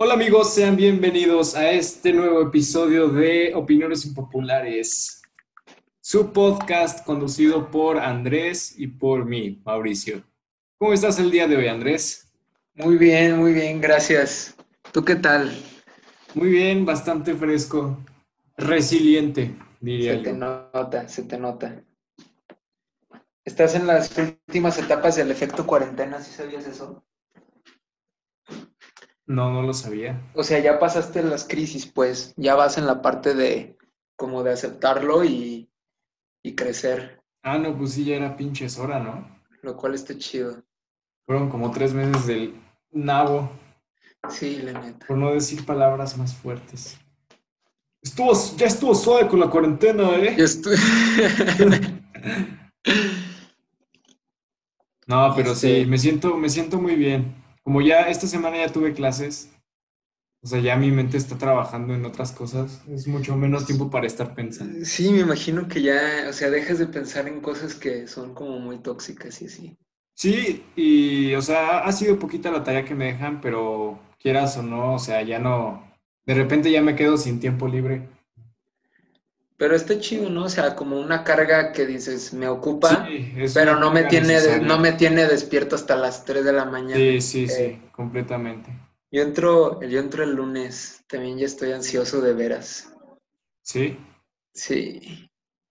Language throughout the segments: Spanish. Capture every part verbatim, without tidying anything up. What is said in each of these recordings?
Hola amigos, sean bienvenidos a este nuevo episodio de Opiniones Impopulares, su podcast conducido por Andrés y por mí, Mauricio. ¿Cómo estás el día de hoy, Andrés? Muy bien, muy bien, gracias. ¿Tú qué tal? Muy bien, bastante fresco, resiliente, Se diría te yo. nota, se te nota. Estás en las últimas etapas del efecto cuarentena, ¿sí sabías eso? No, no lo sabía. O sea, ya pasaste las crisis, pues, ya vas en la parte de como de aceptarlo y, y crecer, Ah, no, pues sí, ya era pinches hora, ¿no? lo cual está chido. Fueron como tres meses del nabo, Sí, la neta. por no decir palabras más fuertes. Estuvo, ya estuvo suave con la cuarentena, Yo ¿eh? estoy... No, Y pero sí, este, me siento, me siento muy bien. Como ya esta semana ya tuve clases, o sea, ya mi mente está trabajando en otras cosas, es mucho menos tiempo para estar pensando. sí, me imagino que ya, o sea, dejas de pensar en cosas que son como muy tóxicas y así. Sí, y o sea, ha sido poquita la tarea que me dejan, pero quieras o no, o sea, ya no, de repente ya me quedo sin tiempo libre. Pero está chido, ¿no? O sea, como una carga que dices, me Sí, ocupa, es pero una no me carga tiene, no necesaria. me tiene despierto hasta las tres de la Sí, mañana. sí, Eh, sí, completamente. yo entro, yo entro el lunes, también ya estoy ansioso de veras. Sí, Sí,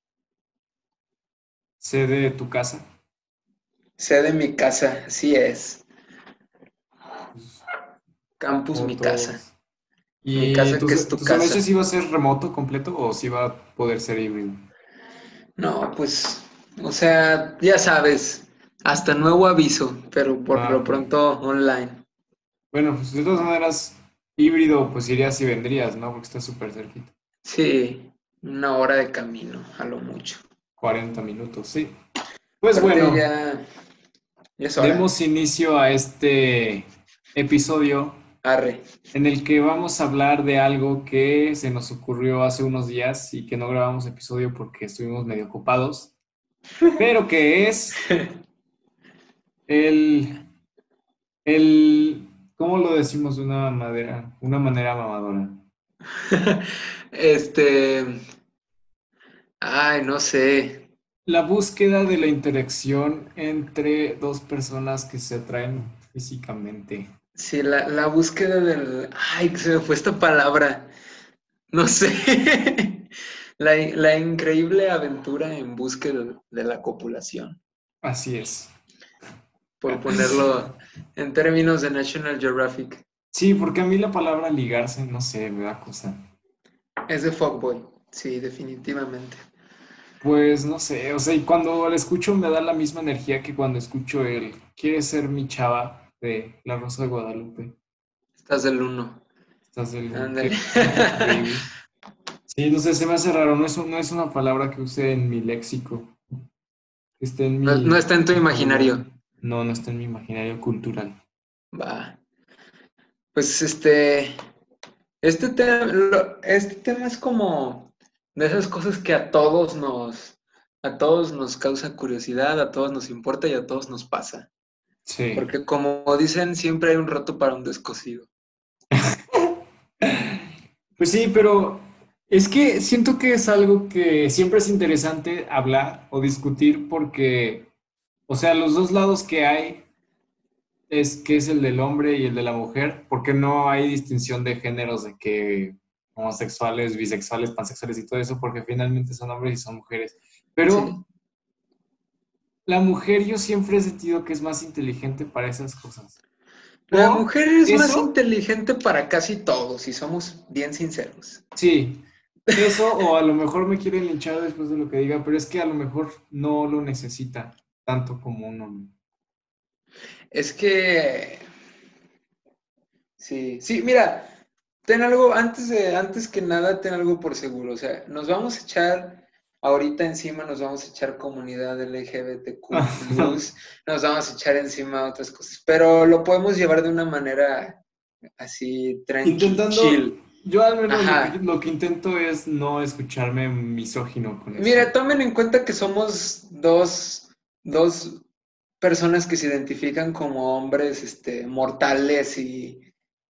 sé de tu casa. sé de mi casa, así es. Pues, Campus, como mi casa. todos. Mi ¿Y casa tu, que es tu tu semestre casa. sí va a ser remoto completo o sí va a poder ser híbrido? No, pues, o sea, ya sabes, hasta nuevo aviso, pero por Ah, lo ok. pronto online. Bueno, pues de todas maneras, híbrido, pues irías y vendrías, ¿no? Porque está súper cerquita. Sí, una hora de camino, a lo mucho. Cuarenta minutos, sí. Pues Aparte bueno, ya, ya es hora. demos inicio a este episodio Arre. en el que vamos a hablar de algo que se nos ocurrió hace unos días y que no grabamos episodio porque estuvimos medio ocupados, pero que es el, el, ¿cómo lo decimos de una manera, una manera mamadora? Este, ay, no sé. La búsqueda de la interacción entre dos personas que se atraen físicamente. Sí, la, la búsqueda del, ay, se me fue esta palabra. No sé. La, la increíble aventura en búsqueda de la copulación, Así es. por ponerlo en términos de National Geographic. Sí, porque a mí la palabra ligarse, no sé, me da cosa. Es de fuckboy, sí, definitivamente. Pues no sé, o sea, y cuando la escucho me da la misma energía que cuando escucho el ¿Quieres ser mi chava? De La Rosa de Guadalupe. Estás del uno. Estás del uno. Ándale. ¿Quieres ser mi titi baby? Sí, no sé, se me hace raro, no es, un- no es una palabra que use en mi léxico, que esté en No, no mi está en tu imaginario. vocabulario. No, no está en mi imaginario cultural. Va. Pues este, Este, te- lo- este tema es como de esas cosas que a todos nos, a todos nos causa curiosidad, a todos nos importa y a todos nos pasa. Sí. Porque como dicen, siempre hay un roto para un descosido. Pues sí, pero es que siento que es algo que siempre es interesante hablar o discutir porque, o sea, los dos lados que hay es que es el del hombre y el de la mujer, porque no hay distinción de géneros de que homosexuales, bisexuales, pansexuales y todo eso, porque finalmente son hombres y son mujeres. Sí. Pero la mujer yo siempre he sentido que es más inteligente para esas cosas. La O mujer es más eso. inteligente para casi todos, si somos bien sinceros. Sí, eso o a lo mejor me quieren linchar después de lo que diga, pero es que a lo mejor no lo necesita tanto como un hombre. Es que, sí, sí, mira, ten algo, antes de, antes que nada, ten algo por seguro. O sea, nos vamos a echar, ahorita encima nos vamos a echar comunidad L G B T Q plus, nos vamos a echar encima otras cosas, pero lo podemos llevar de una manera así, tranqui, Intentando, chill. yo al menos lo que, Ajá. lo que intento es no escucharme misógino con esto. Mira, tomen en cuenta que somos dos, dos personas que se identifican como hombres, este, mortales y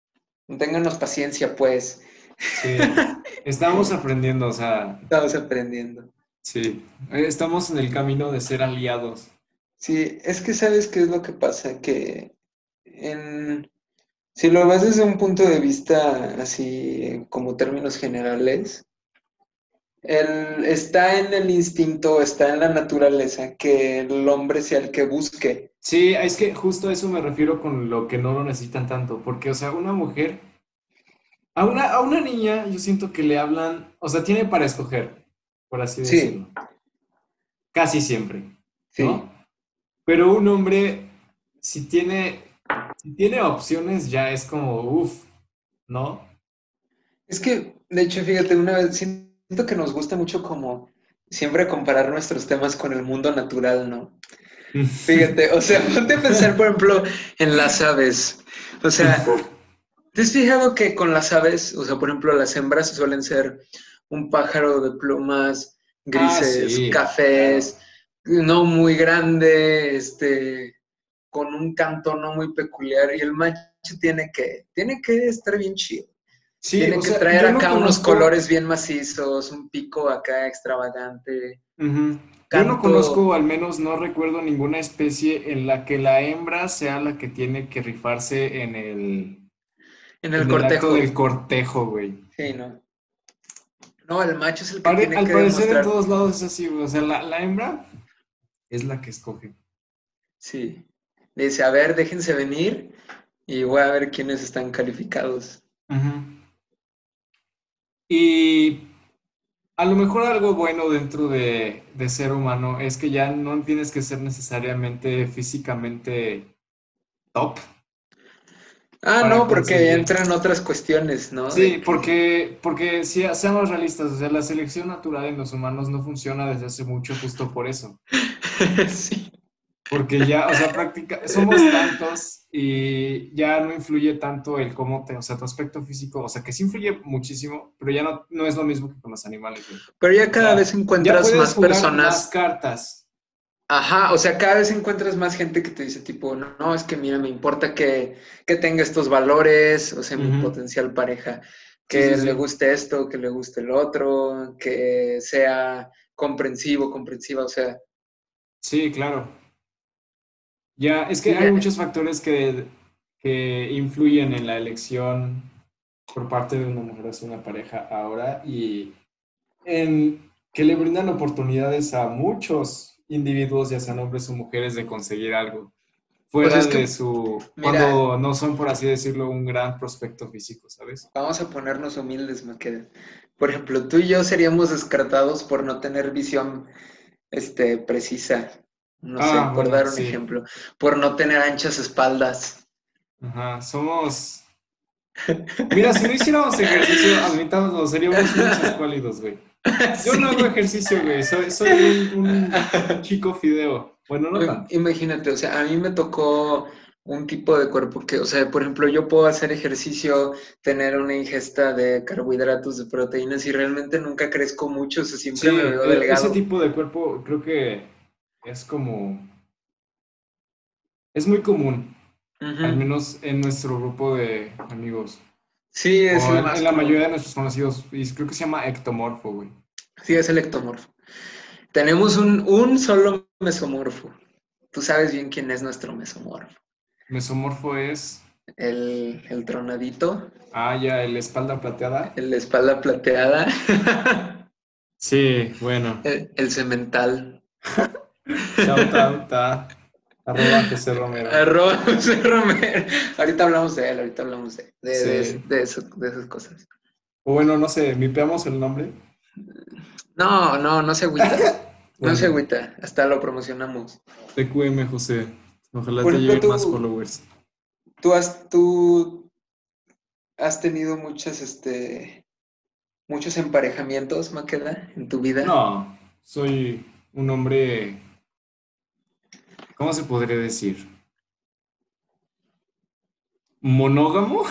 Ténganos paciencia, pues. Sí, estamos aprendiendo, o sea, Estamos aprendiendo. sí, estamos en el camino de ser aliados. Sí, es que sabes qué es lo que pasa, que en, si lo ves desde un punto de vista así como términos generales, el, está en el instinto, está en la naturaleza que el hombre sea el que busque. Sí, es que justo a eso me refiero con lo que no lo necesitan tanto, porque, o sea, una mujer, a una, a una niña yo siento que le hablan, o sea, tiene para escoger, por así Sí, decirlo, casi siempre, sí. ¿no? Pero un hombre, si tiene, si tiene opciones, ya es como, uff, ¿no? Es que, de hecho, fíjate, una vez siento que nos gusta mucho como siempre comparar nuestros temas con el mundo natural, ¿no? Fíjate, o sea, ponte a pensar, por ejemplo, en las aves. O sea, ¿te has fijado que con las aves, o sea, por ejemplo, las hembras suelen ser un pájaro de plumas Ah, grises, sí, claro. cafés, no muy grande, este, con un canto no muy peculiar, y el macho tiene que, tiene que estar bien chido. Sí, Tiene o que sea, traer yo no acá unos conozco, colores bien macizos, un pico acá extravagante, ujú, yo no canto conozco, al menos no recuerdo ninguna especie en la que la hembra sea la que tiene que rifarse en el, en el en el acto cortejo. del cortejo, güey. Sí, no. No, el macho es el que Pare- tiene al que parecer en demostrar. todos lados es así, güey. O sea, la, la hembra es la que escoge. Sí. Le dice, a ver, déjense venir y voy a ver quiénes están calificados. Ujú. Y a lo mejor algo bueno dentro de, de ser humano es que ya no tienes que ser necesariamente físicamente top Ah, para no, porque conseguir. entran otras cuestiones, ¿no? De Sí, que, porque, porque si seamos realistas, o sea, la selección natural en los humanos no funciona desde hace mucho justo por eso. sí. Porque ya, o sea, práctica, somos tantos y ya no influye tanto el cómo te, o sea, tu aspecto físico, o sea, que sí influye muchísimo, pero ya no, no es lo mismo que con los animales, güey. Pero ya O cada vez sea, ya encuentras puedes más jugar más personas. cartas. Ajá, o sea, cada vez encuentras más gente que te dice tipo, no, no, es que mira, me importa que, que tenga estos valores, o sea, mi Ujú. potencial pareja, Sí, sí, que le sí. guste esto, que le guste el otro, que sea comprensivo, comprensiva, o sea, Sí, claro. Ya, es que sí, hay ya, muchos factores que, que influyen en la elección por parte de una mujer hacia una pareja ahora y en que le brindan oportunidades a muchos individuos, ya sean hombres o mujeres, de conseguir algo pues fuera es de que, su, mira, cuando no son, por así decirlo, un gran prospecto físico, ¿sabes? vamos a ponernos humildes, me queda. Por ejemplo, tú y yo seríamos descartados por no tener visión, este, precisa, no sé, Ah, por bueno, dar un sí. ejemplo, por no tener anchas espaldas. Ajá, somos... Mira, si no hiciéramos ejercicio, admitámoslo, seríamos unos escuálidos, güey. Yo no hago Sí. ejercicio, güey, soy, soy un, un, un chico fideo. Bueno, no tanto. Imagínate, o sea, a mí me tocó un tipo de cuerpo que, o sea, por ejemplo, yo puedo hacer ejercicio, tener una ingesta de carbohidratos, de proteínas y realmente nunca crezco mucho, o sea, siempre me Sí, veo e- ese delgado. tipo de cuerpo creo que es como, es muy común, al Ujú. menos en nuestro grupo de amigos, Sí, es o el en, más en la mayoría común. de nuestros conocidos, y creo que se llama ectomorfo, güey. Sí, es el ectomorfo. Tenemos un, un solo mesomorfo. Tú sabes bien quién es nuestro mesomorfo. Mesomorfo es, El, el tronadito, ah, ya, el espalda plateada. el de espalda plateada, Sí, bueno, el, el cemental. shout out a arroba José Romero. Arroba José Romero. Ahorita hablamos de él, ahorita hablamos de, de, de, Sí, de eso- de esas cosas. o bueno, no sé, ¿mipeamos el nombre? No, no, no se agüita. No se Bueno, agüita. Hasta lo promocionamos. T Q M José, ojalá Por te ejemplo, lleguen más tú, followers. tú has, tú has tenido muchas, este, muchos emparejamientos, Maqueda, en tu vida. No, soy un hombre, ¿cómo se podría decir? ¿Monógamo?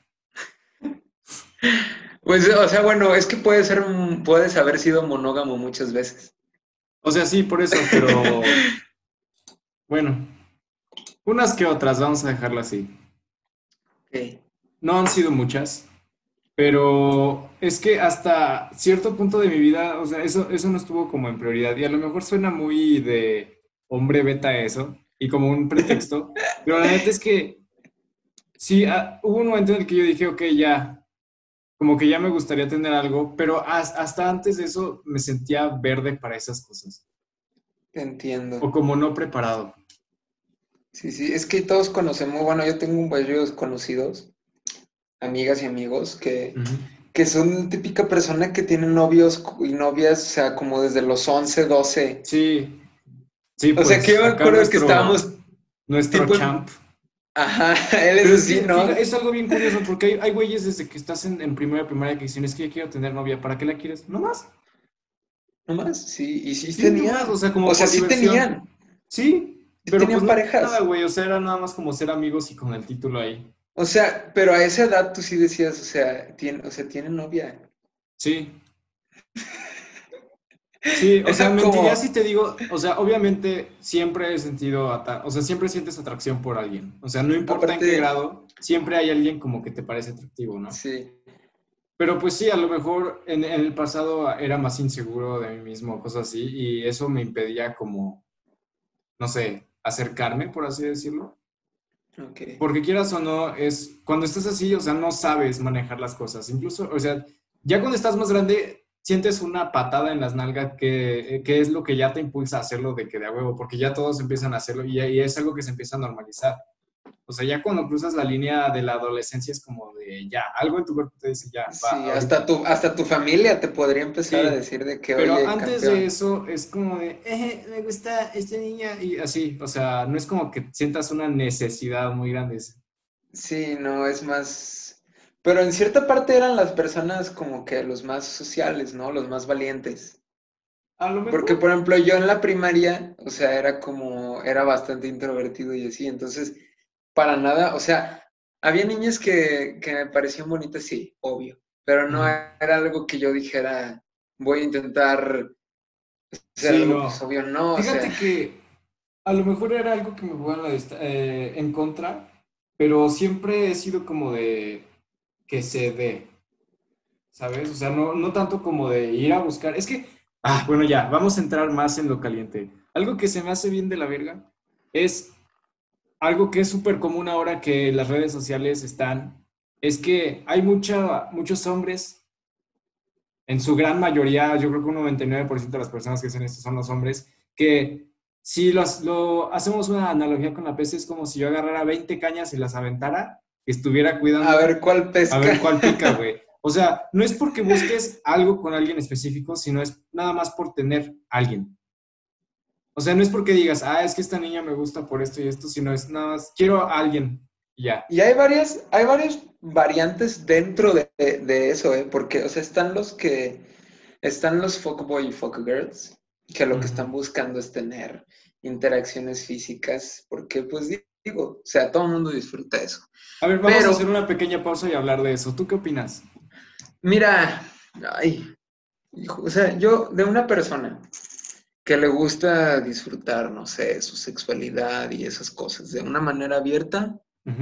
Pues, o sea, bueno, es que puede ser, un- puedes haber sido monógamo muchas veces. O sea, sí, por eso, pero bueno, unas que otras, vamos a dejarlo así. Ok. No han sido muchas, pero es que hasta cierto punto de mi vida, o sea, eso, eso no estuvo como en prioridad. Y a lo mejor suena muy de hombre beta eso, y como un pretexto, pero la neta es que sí, ah, hubo un momento en el que yo dije, ok, ya, como que ya me gustaría tener algo, pero has- hasta antes de eso me sentía verde para esas cosas, o Entiendo. como no preparado. Sí, sí, es que todos conocemos, bueno, yo tengo un varios conocidos, amigas y amigos, que, Ujú. que son típica persona que tienen novios y novias, o sea, como desde los once doce. Sí, sí, O sea, que yo pues me acá acuerdo que nuestro, estábamos nuestro tipo champ. en... Ajá, él es Pero es así, que, ¿no? fíjate, es algo bien curioso porque hay, hay güeyes desde que estás en, en primera y primaria que dicen, es que yo quiero tener novia, ¿para qué la quieres? No más. No más, sí, y sí Sí, no más, o tenían, sea, o como sea, por sí diversión. tenían, Sí, sí pero pues tenían no nada, parejas. güey, o sea, era nada más como ser amigos y con el título ahí. O sea, pero a esa edad tú sí decías, o sea, tiene, o sea, tiene novia. Sí, sí, o sea, Era mentiría si como, te digo, o sea, obviamente siempre he sentido, ata- o sea, siempre sientes atracción por alguien. O sea, no importa en qué aparte, grado, siempre hay alguien como que te parece atractivo, ¿no? sí, Pero pues sí, a lo mejor en, en el pasado era más inseguro de mí mismo, cosas así, y eso me impedía como, no sé, acercarme, por así decirlo. ok. Porque quieras o no, es cuando estás así, o sea, no sabes manejar las cosas. Incluso, o sea, ya cuando estás más grande, sientes una patada en las nalgas que, que es lo que ya te impulsa a hacerlo de que de a huevo, porque ya todos empiezan a hacerlo y, y es algo que se empieza a normalizar. O sea, ya cuando cruzas la línea de la adolescencia es como de ya, algo en tu cuerpo te dice ya, va, Sí, hasta ahorita. tu, hasta tu familia te podría empezar a Sí, decir de que, pero oye, antes de campeón. eso es como de, eh, me gusta esta niña y así, o sea, no es como que sientas una necesidad muy grande. Sí, no, es más, pero en cierta parte eran las personas como que los más sociales, ¿no? Los más valientes. A lo Porque, mejor. por ejemplo, yo en la primaria, o sea, era como, era bastante introvertido y así, entonces, para nada, o sea, había niñas que, que me parecían bonitas, sí, obvio, pero no Ujú. era algo que yo dijera, voy a intentar hacer Sí, algo, pues no. obvio no, o sea, Fíjate que a lo mejor era algo que me voy a la dist- eh, en contra, pero siempre he sido como de que se dé, ¿sabes? O sea, no, no tanto como de ir a buscar. Es que, ah, bueno, ya, vamos a entrar más en lo caliente. Algo que se me hace bien de la verga es algo que es súper común ahora que las redes sociales están, es que hay mucha, muchos hombres, en su gran mayoría, yo creo que un noventa y nueve por ciento de las personas que hacen esto son los hombres, que si los, lo hacemos una analogía con la pez, es como si yo agarrara veinte cañas y las aventara, y estuviera a cuidando ver cuál a pesca. ver cuál pica, güey. O sea, no es porque busques algo con alguien específico, sino es nada más por tener alguien. O sea, no es porque digas, ah, es que esta niña me gusta por esto y esto, sino es nada más, quiero a alguien y ya. Y hay varias, hay varias variantes dentro de, de- de eso, ¿eh? Porque, o sea, están los que, están los fuckboy y fuckgirls, que lo que Ujú. están buscando es tener interacciones físicas, porque, pues digo, o sea, todo el mundo disfruta eso. A ver, vamos a hacer Pero, una pequeña pausa y hablar de eso. ¿Tú qué opinas? mira, ay, hijo, o sea, yo, de una persona que le gusta disfrutar, no sé, su sexualidad y esas cosas de una manera abierta, Ujú.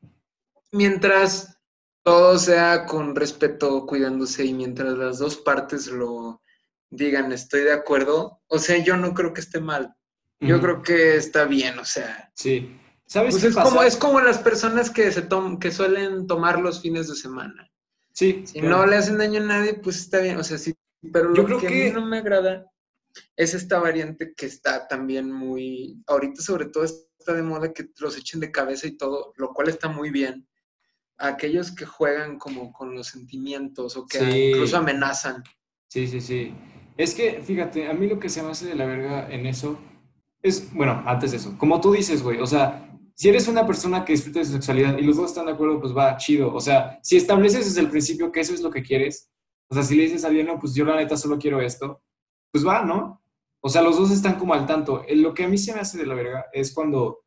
mientras todo sea con respeto, cuidándose y mientras las dos partes lo digan, estoy de acuerdo, o sea, yo no creo que esté mal. Yo Ujú. creo que está bien, o sea, Sí. ¿Sabes pues qué es como es pasa? como las personas que se tom que suelen tomar los fines de semana. Sí, Si no claro. le hacen daño a nadie, pues está bien, o sea, sí, pero Yo lo creo que a mí no que, me agrada es esta variante que está también muy, ahorita sobre todo está de moda que los echen de cabeza y todo, lo cual está muy bien, a aquellos que juegan como con los sentimientos o que a- incluso sí, amenazan. sí, sí, sí. Es que, fíjate, a mí lo que se me hace de la verga en eso es, bueno, antes de eso, como tú dices, güey, o sea, si eres una persona que disfruta de su sexualidad y los dos están de acuerdo, pues va, chido. O sea, si estableces desde el principio que eso es lo que quieres, o sea, si le dices a alguien, no, pues yo la neta solo quiero esto, pues va, ¿no? O sea, los dos están como al tanto. Eh, Lo que a mí se me hace de la verga es cuando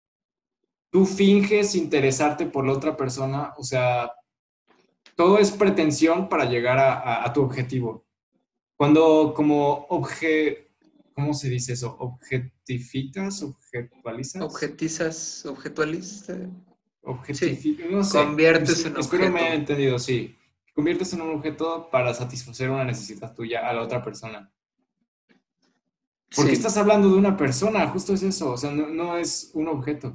tú finges interesarte por la otra persona, o sea, todo es pretensión para llegar a, a- a tu objetivo. Cuando como obje, ¿cómo se dice eso? ¿Objetificas? ¿Objetualizas? Objetizas, objetualizas. Sí, objetifi- no sé, conviertes es- en espero me hayan objeto. entendido, sí. Te conviertes en un objeto para satisfacer una necesidad tuya a la otra persona. Porque Sí, estás hablando de una persona, justo es eso, o sea, no, no es un objeto.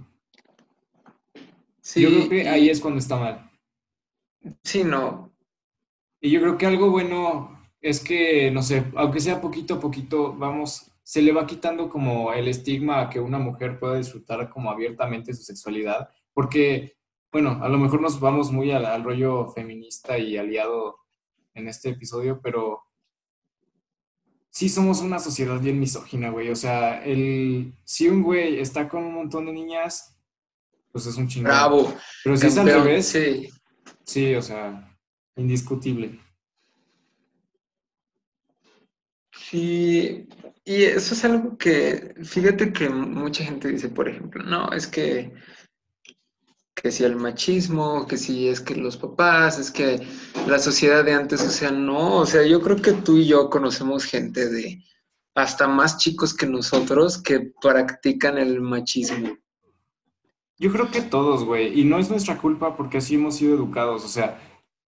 Yo creo sí, que ahí y es cuando está mal. sí, no. Y yo creo que algo bueno es que, no sé, aunque sea poquito a poquito, vamos, se le va quitando como el estigma a que una mujer pueda disfrutar como abiertamente su sexualidad, porque, bueno, a lo mejor nos vamos muy al, al rollo feminista y aliado en este episodio, pero sí somos una sociedad bien misógina, güey. O sea, el, si un güey está con un montón de niñas, pues es un chingón. Bravo, Pero si es al campeón, revés, sí. sí, o sea, indiscutible. Sí, y eso es algo que, fíjate que mucha gente dice, por ejemplo, no, es que, que si el machismo, que si es que los papás, es que la sociedad de antes, o sea, no, o sea, yo creo que tú y yo conocemos gente de hasta más chicos que nosotros que practican el machismo. Yo creo que todos, güey, y no es nuestra culpa porque así hemos sido educados. O sea,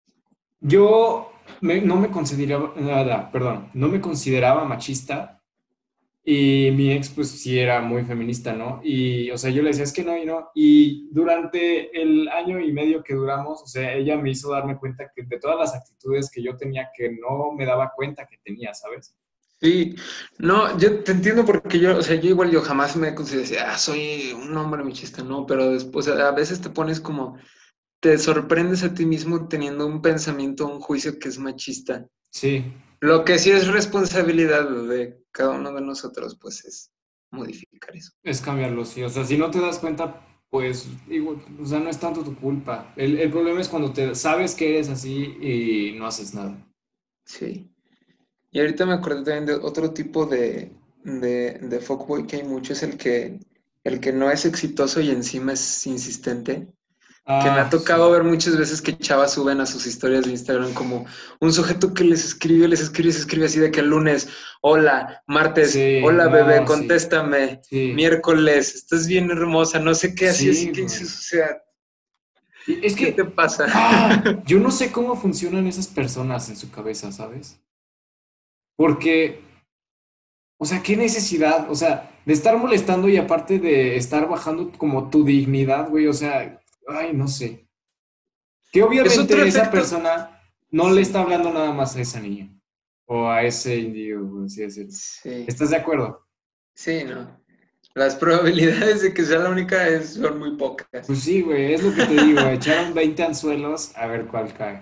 yo me- no me consideraba, nada, perdón, no me consideraba machista y mi ex, pues sí era muy feminista, ¿no? Y, o sea, yo le decía, es que no, y no. Y durante el año y medio que duramos, o sea, ella me hizo darme cuenta que de todas las actitudes que yo tenía que no me daba cuenta que tenía, ¿sabes? Sí, no, yo te entiendo porque yo, o sea, yo igual yo jamás me consideré, ah, soy un hombre machista, no, pero después, o sea, a veces te pones como, te sorprendes a ti mismo teniendo un pensamiento, un juicio que es machista. Sí, Lo que sí es responsabilidad de cada uno de nosotros, pues es modificar eso. es cambiarlo, sí. O sea, si no te das cuenta, pues, igual, o sea, no es tanto tu culpa. El, el problema es cuando te sabes que eres así y no haces nada. Sí. Y ahorita me acordé también de otro tipo de, de, de fuckboy que hay mucho, es el que, el que no es exitoso y encima es insistente. Que me ha Ah, tocado sí. ver muchas veces que chavas suben a sus historias de Instagram como un sujeto que les escribe, les escribe, se escribe así de que el lunes, hola, martes, Sí, hola bebé, no, sí. contéstame, Sí, miércoles, estás bien hermosa, no sé qué, así, así sí, que güey. dices, o sea, Y es ¿qué te que, pasa? ah, yo no sé cómo funcionan esas personas en su cabeza, ¿sabes? Porque, o sea, qué necesidad, o sea, de estar molestando y aparte de estar bajando como tu dignidad, güey, o sea, ay, no sé. Que Es otro obviamente esa efecto, persona no le está sí, hablando nada más a esa niña o a ese individuo, por así decirlo. sí, ¿Estás de acuerdo? sí, no. Las probabilidades de que sea la única es- son muy pocas. Pues sí, güey, es lo que te digo, echaron veinte anzuelos a ver cuál cae.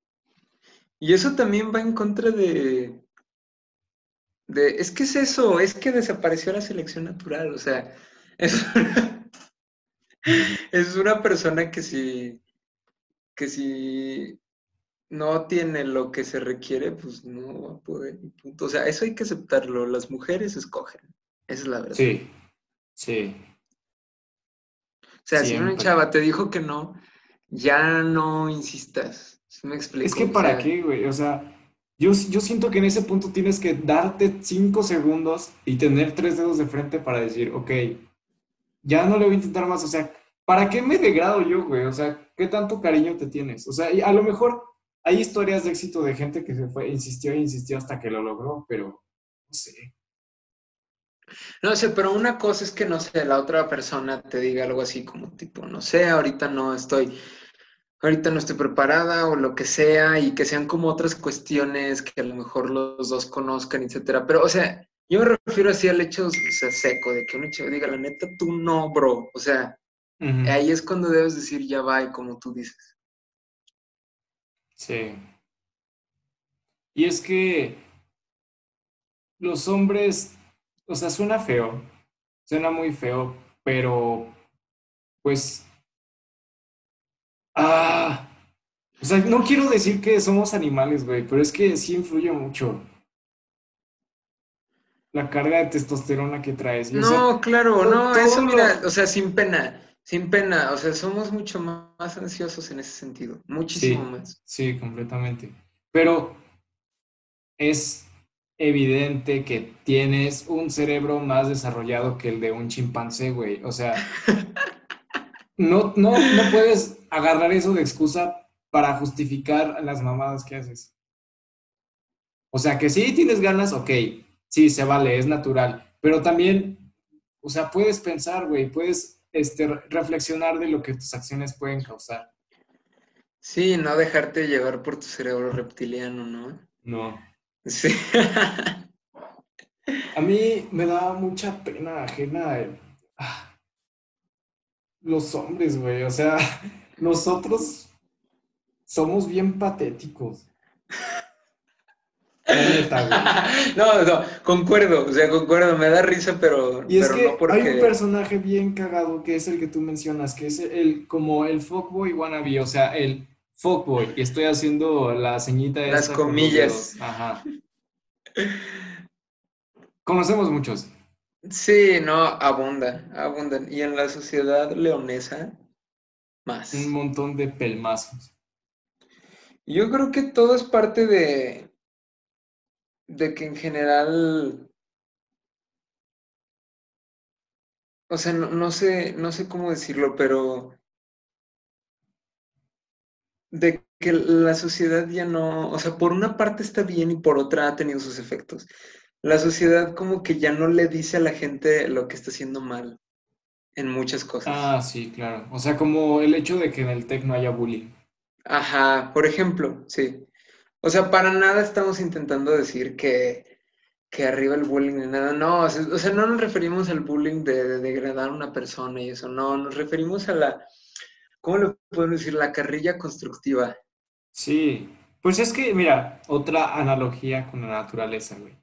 Y eso también va en contra de, de, es que es eso, es que desapareció la selección natural, o sea, es, es una persona que si, que si no tiene lo que se requiere, pues no va a poder, y punto. O sea, eso hay que aceptarlo, las mujeres escogen, esa es la verdad. Sí, sí, O sea, si una siempre. chava te dijo que no, ya no insistas, ¿sí me Es explico? que O para sea, qué, güey, o sea, yo, yo siento que en ese punto tienes que darte cinco segundos y tener tres dedos de frente para decir, ok, ya no le voy a intentar más, o sea, ¿para qué me degrado yo, güey? O sea, ¿qué tanto cariño te tienes? O sea, y a lo mejor hay historias de éxito de gente que se fue, insistió e insistió hasta que lo logró, pero no sé. no sé, pero una cosa es que, no sé, la otra persona te diga algo así como tipo, no sé, ahorita no estoy, ahorita no estoy preparada o lo que sea, y que sean como otras cuestiones que a lo mejor los dos conozcan, etcétera. Pero, o sea, yo me refiero así al hecho, o sea, seco, de que un chico diga, la neta, tú no, bro. O sea, Ujú, ahí es cuando debes decir ya va, y como tú dices. sí. Y es que los hombres, o sea, suena feo, suena muy feo, pero pues, ah, o sea, no quiero decir que somos animales, güey, pero es que sí influye mucho la carga de testosterona que traes. Y, o sea, No, claro, to- no, eso todo mira, lo... o sea, sin pena, sin pena, o sea, somos mucho más ansiosos en ese sentido, muchísimo Sí, más. sí, completamente. Pero es evidente que tienes un cerebro más desarrollado que el de un chimpancé, güey. O sea, no, no, no puedes agarrar eso de excusa para justificar las mamadas que haces. O sea, que sí tienes ganas, ok, sí, se vale, es natural, pero también, o sea, puedes pensar, güey, puedes este, re- reflexionar de lo que tus acciones pueden causar. Sí, no dejarte llevar por tu cerebro reptiliano, ¿no? No. Sí. A mí me da mucha pena ajena el- ah, los hombres, güey, o sea, nosotros somos bien patéticos, la neta, güey. No, no, concuerdo, o sea, concuerdo, me da risa, pero, Y es pero no que hay un porque... personaje bien cagado que es el que tú mencionas, que es el como el fuckboy wannabe, o sea, el fuckboy. Y estoy haciendo la ceñita Las esta con los comillas. dedos. Ajá. Conocemos muchos. Sí, no, abundan, abundan. Y en la sociedad leonesa, Un más. montón de pelmazos. Yo creo que todo es parte de, de que en general, o sea, no, no sé, no sé cómo decirlo, pero de que la sociedad ya no, o sea, por una parte está bien y por otra ha tenido sus efectos. La sociedad como que ya no le dice a la gente lo que está haciendo mal en muchas cosas. Ah, sí, claro. O sea, como el hecho de que en el tech no haya bullying. Ajá, por ejemplo, sí. O sea, para nada estamos intentando decir que, que arriba el bullying ni nada. No, o sea, o sea, no nos referimos al bullying de, de degradar a una persona y eso. No, nos referimos a la, ¿cómo le podemos decir? La carrilla constructiva. Sí. Pues es que, mira, otra analogía con la naturaleza, güey.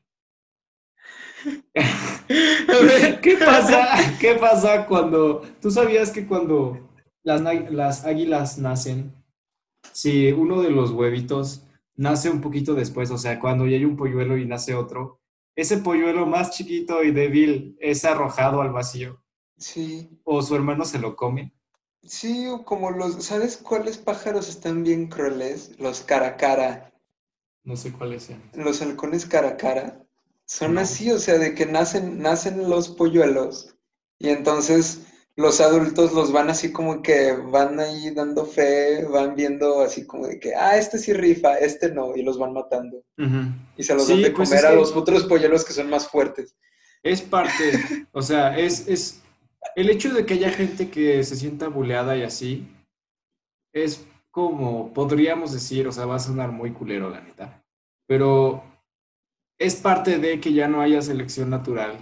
A ver. ¿Qué pasa? ¿Qué pasa cuando... ¿Tú sabías que cuando las, na- las águilas nacen, si uno de los huevitos nace un poquito después, o sea, cuando ya hay un polluelo y nace otro, ese polluelo más chiquito y débil es arrojado al vacío Sí, o su hermano se lo come? sí, o como los, ¿sabes cuáles pájaros están bien crueles? Los caracara, No sé cuáles sean. los halcones caracara. Son No. así, o sea, de que nacen, nacen los polluelos y entonces los adultos los van así como que van ahí dando fe, van viendo así como de que, ah, este sí rifa, este no, y los van matando. Ujú. Y se los dan Sí, de pues es comer a los que otros polluelos que son más fuertes. es parte, o sea, es, es el hecho de que haya gente que se sienta buleada y así, es como, podríamos decir, o sea, va a sonar muy culero, la neta, pero es parte de que ya no haya selección natural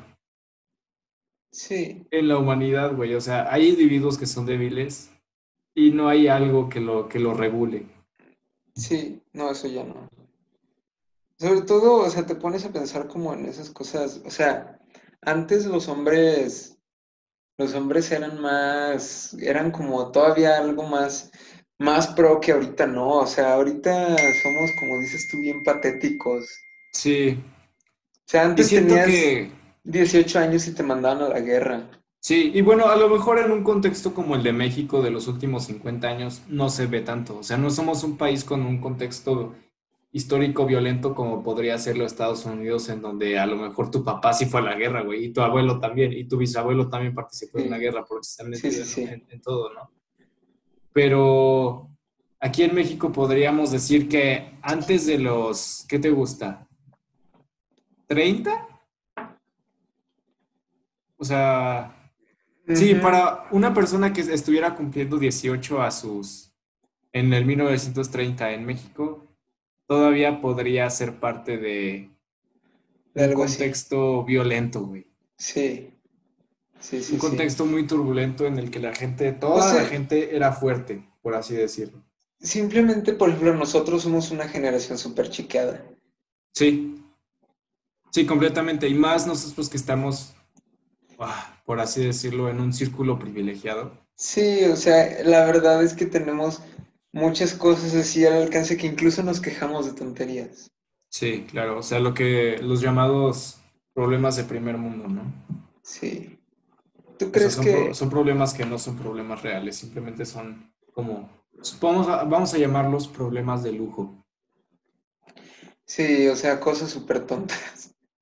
Sí, en la humanidad, güey. O sea, hay individuos que son débiles y no hay algo que lo, que lo regule. sí, no, eso ya no. Sobre todo, o sea, te pones a pensar como en esas cosas, o sea, antes los hombres, los hombres eran más, eran como todavía algo más, más pro que ahorita no, o sea, ahorita somos, como dices tú, bien patéticos. Sí, O sea, y antes siento tenías que, dieciocho años y te mandaban a la guerra. sí, y bueno, a lo mejor en un contexto como el de México de los últimos cincuenta años no se ve tanto. O sea, no somos un país con un contexto histórico violento como podría serlo Estados Unidos, en donde a lo mejor tu papá sí fue a la guerra, güey, y tu abuelo también, y tu bisabuelo también participó en una Sí, guerra porque están sí, sí, metidos en, sí. en en todo, ¿no? Pero aquí en México podríamos decir que antes de los, ¿qué te gusta? ¿Treinta? O sea, sí, Ujú. para una persona que estuviera cumpliendo dieciocho a sus, en el mil novecientos treinta en México, todavía podría ser parte de De un algo así. contexto violento, güey. Sí, sí, Un sí, sí. contexto muy turbulento en el que la gente, O toda la sea, gente era fuerte, por así decirlo. simplemente, por ejemplo, nosotros somos una generación súper chiqueada. Sí, sí, completamente. Y más nosotros que estamos, ah, por así decirlo, en un círculo privilegiado. Sí, o sea, la verdad es que tenemos muchas cosas así al alcance que incluso nos quejamos de tonterías. Sí, claro. O sea, lo que los llamados problemas de primer mundo, ¿no? Sí. ¿Tú O sea, crees son, pro- que son problemas que no son problemas reales, simplemente son como, supongamos, vamos a llamarlos problemas de lujo. sí, o sea, cosas súper tontas?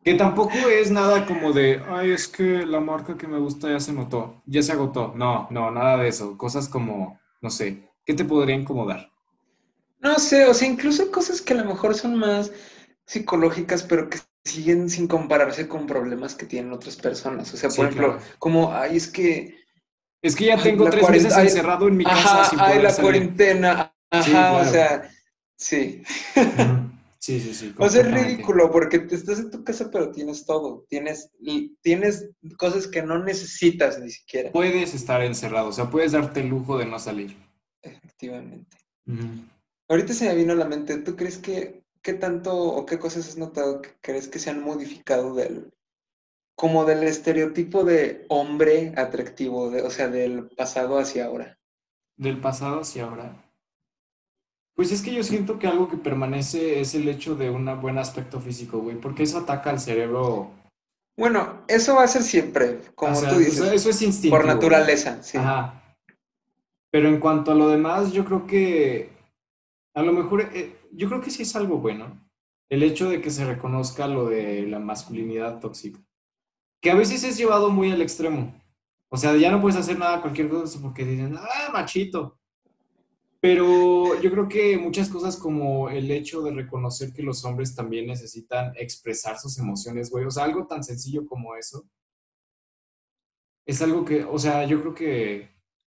Que tampoco es nada como de, ay, es que la marca que me gusta ya se notó, ya se agotó. No, no, nada de eso. Cosas como, no sé, ¿qué te podría incomodar? No sé, o sea, incluso cosas que a lo mejor son más psicológicas, pero que siguen sin compararse con problemas que tienen otras personas. O sea, por Sí, ejemplo, claro. como, ay, es que, Es que ya ay, tengo la tres meses cuarentena, ay, encerrado en mi casa ajá, sin ay, poder la salir. cuarentena, Sí, ajá, o claro. sea, sí. Ujú. Sí, sí, sí, O sea, es completamente. ridículo porque te estás en tu casa, pero tienes todo. Tienes, y tienes cosas que no necesitas ni siquiera, Puedes estar encerrado, o sea, puedes darte el lujo de no salir. efectivamente. Ujú. Ahorita se me vino a la mente, ¿tú crees que qué tanto o qué cosas has notado que crees que se han modificado del, como del estereotipo de hombre atractivo, de, o sea, del pasado hacia ahora? Del pasado hacia ahora. Pues es que yo siento que algo que permanece es el hecho de un buen aspecto físico, güey, porque eso ataca al cerebro. Bueno, eso va a ser siempre, O como tú sea, o sea, dices, eso es por instintivo, güey. naturaleza, sí. Ajá. Pero en cuanto a lo demás, yo creo que a lo mejor, eh, yo creo que sí es algo bueno. El hecho de que se reconozca lo de la masculinidad tóxica. Que a veces es llevado muy al extremo. O sea, ya no puedes hacer nada, cualquier cosa, porque dicen, ah, machito. Pero yo creo que muchas cosas como el hecho de reconocer que los hombres también necesitan expresar sus emociones, güey. O sea, algo tan sencillo como eso. Es algo que, o sea, yo creo que,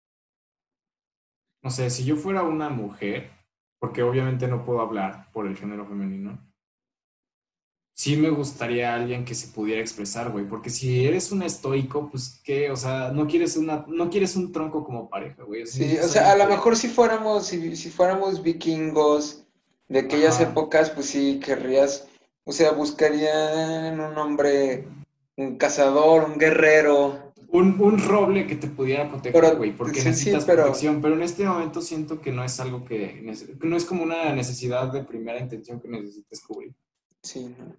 no sé, si yo fuera una mujer, porque obviamente no puedo hablar por el género femenino, sí me gustaría alguien que se pudiera expresar, güey, porque si eres un estoico, pues qué, o sea, no quieres una, no quieres un tronco como pareja, güey, o sea, Sí, o necesitas sea, a alguien lo que, mejor si fuéramos, si, si fuéramos vikingos de aquellas ajá, épocas, pues sí, querrías, o sea, buscarían un hombre, un cazador, un guerrero, un, un roble que te pudiera proteger, pero güey, porque sí, sí, necesitas pero protección, pero en este momento siento que no es algo que, nece- que no es como una necesidad de primera intención que necesites cubrir. sí, no.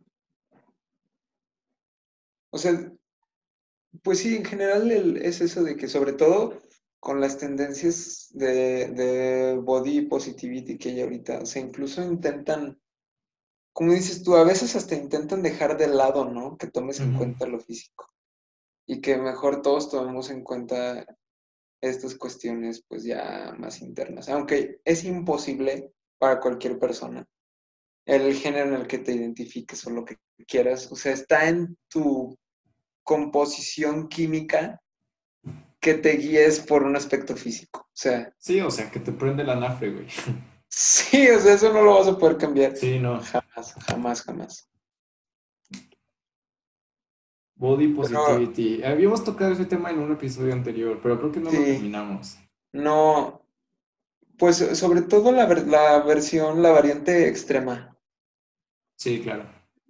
O sea, pues sí, en general el- es eso de que sobre todo con las tendencias de, de body positivity que hay ahorita, o sea, incluso intentan, como dices tú, a veces hasta intentan dejar de lado, ¿no? Que tomes en Ujú. cuenta lo físico. Y que mejor todos tomemos en cuenta estas cuestiones pues ya más internas, aunque es imposible para cualquier persona el género en el que te identifiques o lo que quieras, o sea, está en tu composición química que te guíes por un aspecto físico, o sea, Sí, o sea, que te prende la nafre, güey. sí, o sea, eso no lo vas a poder cambiar Sí, no. jamás, jamás, jamás. Body Pero positivity. Habíamos tocado ese tema en un episodio anterior, pero creo que no lo sí, terminamos. no, pues sobre todo la, ver- la versión, la variante extrema. Sí, claro.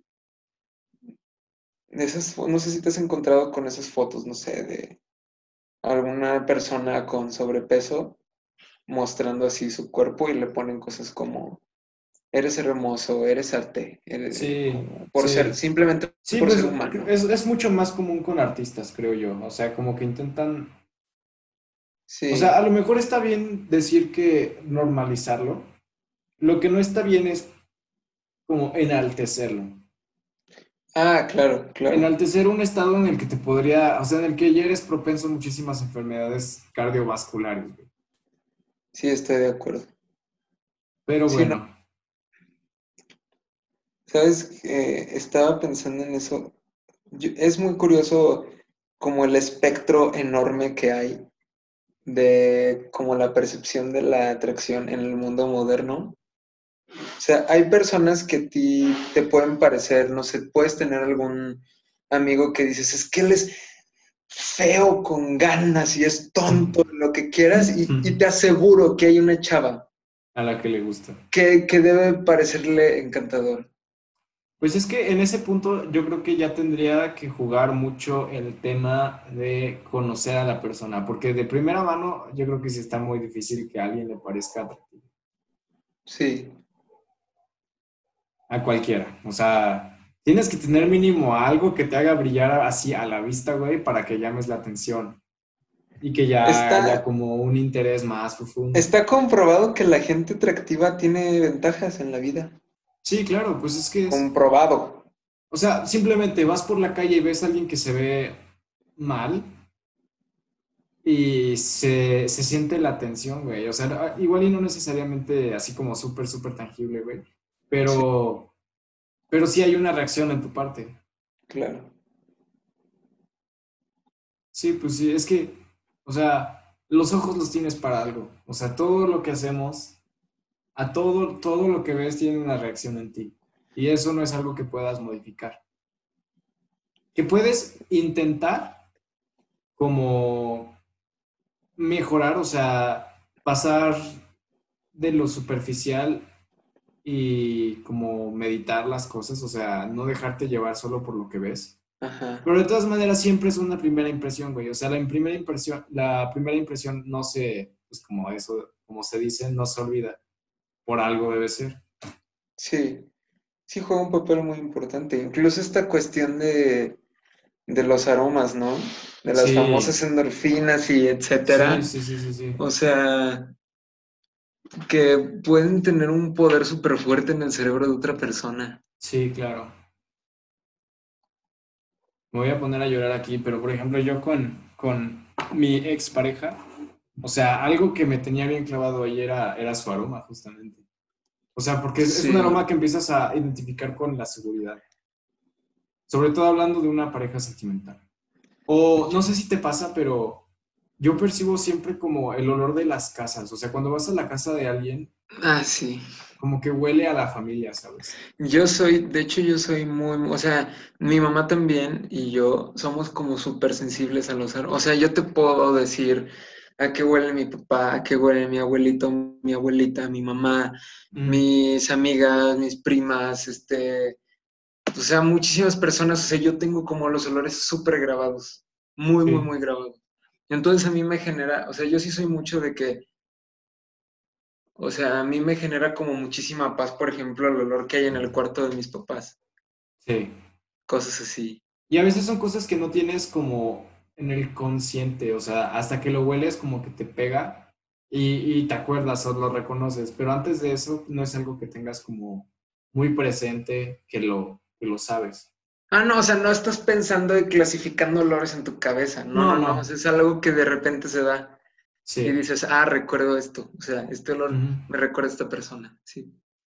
Esas, fo- no sé si te has encontrado con esas fotos, no sé, de alguna persona con sobrepeso mostrando así su cuerpo y le ponen cosas como, eres hermoso, eres arte, eres- Sí, como por ser, sí. simplemente Sí, por pues ser humano. es, es mucho más común con artistas, creo yo. O sea, como que intentan. O sea, a Sí. lo mejor está bien decir que normalizarlo. Lo que no está bien es como enaltecerlo. Ah, claro, claro. Enaltecer un estado en el que te podría, o sea, en el que ya eres propenso a muchísimas enfermedades cardiovasculares, güey. Sí, estoy de acuerdo. Pero Sí, no, bueno, sabes, Eh, estaba pensando en eso. Yo- es muy curioso como el espectro enorme que hay de como la percepción de la atracción en el mundo moderno. O sea, hay personas que a ti te pueden parecer, no sé, puedes tener algún amigo que dices, es que él es feo con ganas y es tonto, lo que quieras, y, y te aseguro que hay una chava a la que le gusta. que, que debe parecerle encantador. Pues es que en ese punto yo creo que ya tendría que jugar mucho el tema de conocer a la persona, porque de primera mano yo creo que sí está muy difícil que a alguien le parezca atractivo, Sí, a cualquiera. O sea, tienes que tener mínimo algo que te haga brillar así a la vista, güey, para que llames la atención y que ya haya está, como un interés más profundo. está comprobado que la gente atractiva tiene ventajas en la vida. Sí, claro, pues es que es, Comprobado. O sea, simplemente vas por la calle y ves a alguien que se ve mal y se, se siente la tensión, güey. O sea, igual y no necesariamente así como súper, súper tangible, güey. Sí, Pero, pero sí hay una reacción en tu parte. claro. Sí, pues sí, es que, o sea, los ojos los tienes para algo. O sea, todo lo que hacemos, a todo, todo lo que ves tiene una reacción en ti. Y eso no es algo que puedas modificar. Que puedes intentar como mejorar, o sea, pasar de lo superficial y como meditar las cosas, o sea, no dejarte llevar solo por lo que ves. Ajá. Pero de todas maneras siempre es una primera impresión, güey. O sea, la primera impresión, la primera impresión no se, pues como eso, como se dice, no se olvida. Por algo debe ser. Sí, sí juega un papel muy importante. Incluso esta cuestión de, de los aromas, ¿no? De las Sí, famosas endorfinas y sí, etcétera. sí, sí, sí, sí. O sea, que pueden tener un poder súper fuerte en el cerebro de otra persona. Sí, claro. Me voy a poner a llorar aquí, pero por ejemplo, yo con, con mi expareja, o sea, algo que me tenía bien clavado ahí era, era su aroma, justamente. O sea, porque es, es un Sí. aroma que empiezas a identificar con la seguridad. Sobre todo hablando de una pareja sentimental. O no sé si te pasa, pero yo percibo siempre como el olor de las casas. O sea, cuando vas a la casa de alguien, Ah, sí. como que huele a la familia, ¿sabes? Yo soy, de hecho, yo soy muy, o sea, mi mamá también y yo somos como súper sensibles a los aromas. O sea, yo te puedo decir a qué huele mi papá, a qué huele mi abuelito, mi abuelita, mi mamá, Mm, mis amigas, mis primas, este, o sea, muchísimas personas. O sea, yo tengo como los olores súper grabados, muy, muy, sí. muy grabados. Entonces a mí me genera, o sea, yo sí soy mucho de que, o sea, a mí me genera como muchísima paz, por ejemplo, el olor que hay en el cuarto de mis papás, Sí. cosas así. Y a veces son cosas que no tienes como en el consciente, o sea, hasta que lo hueles como que te pega y, y te acuerdas o lo reconoces, pero antes de eso no es algo que tengas como muy presente, que lo, que lo sabes. Ah, no, o sea, no estás pensando y clasificando olores en tu cabeza. No, No, no, no. O sea, no, es algo que de repente se da y sí. dices, ah, recuerdo esto. O sea, este olor Ujú. me recuerda a esta persona. Sí,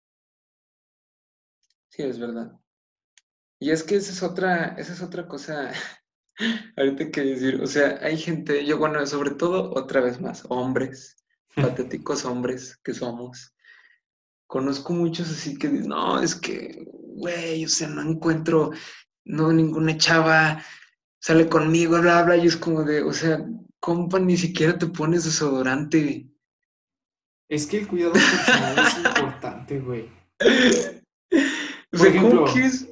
sí, es verdad. Y es que esa es otra, esa es otra cosa ahorita que decir. O sea, hay gente, yo, bueno, sobre todo, otra vez más, hombres, patéticos hombres que somos. Conozco muchos así que dicen, no, es que, güey, o sea, no encuentro, no, ninguna chava sale conmigo, bla, bla, y es como de, o sea, compa, ni siquiera te pones desodorante. Es que el cuidado personal es importante, güey. O Por sea, ¿cómo ejemplo, quieres?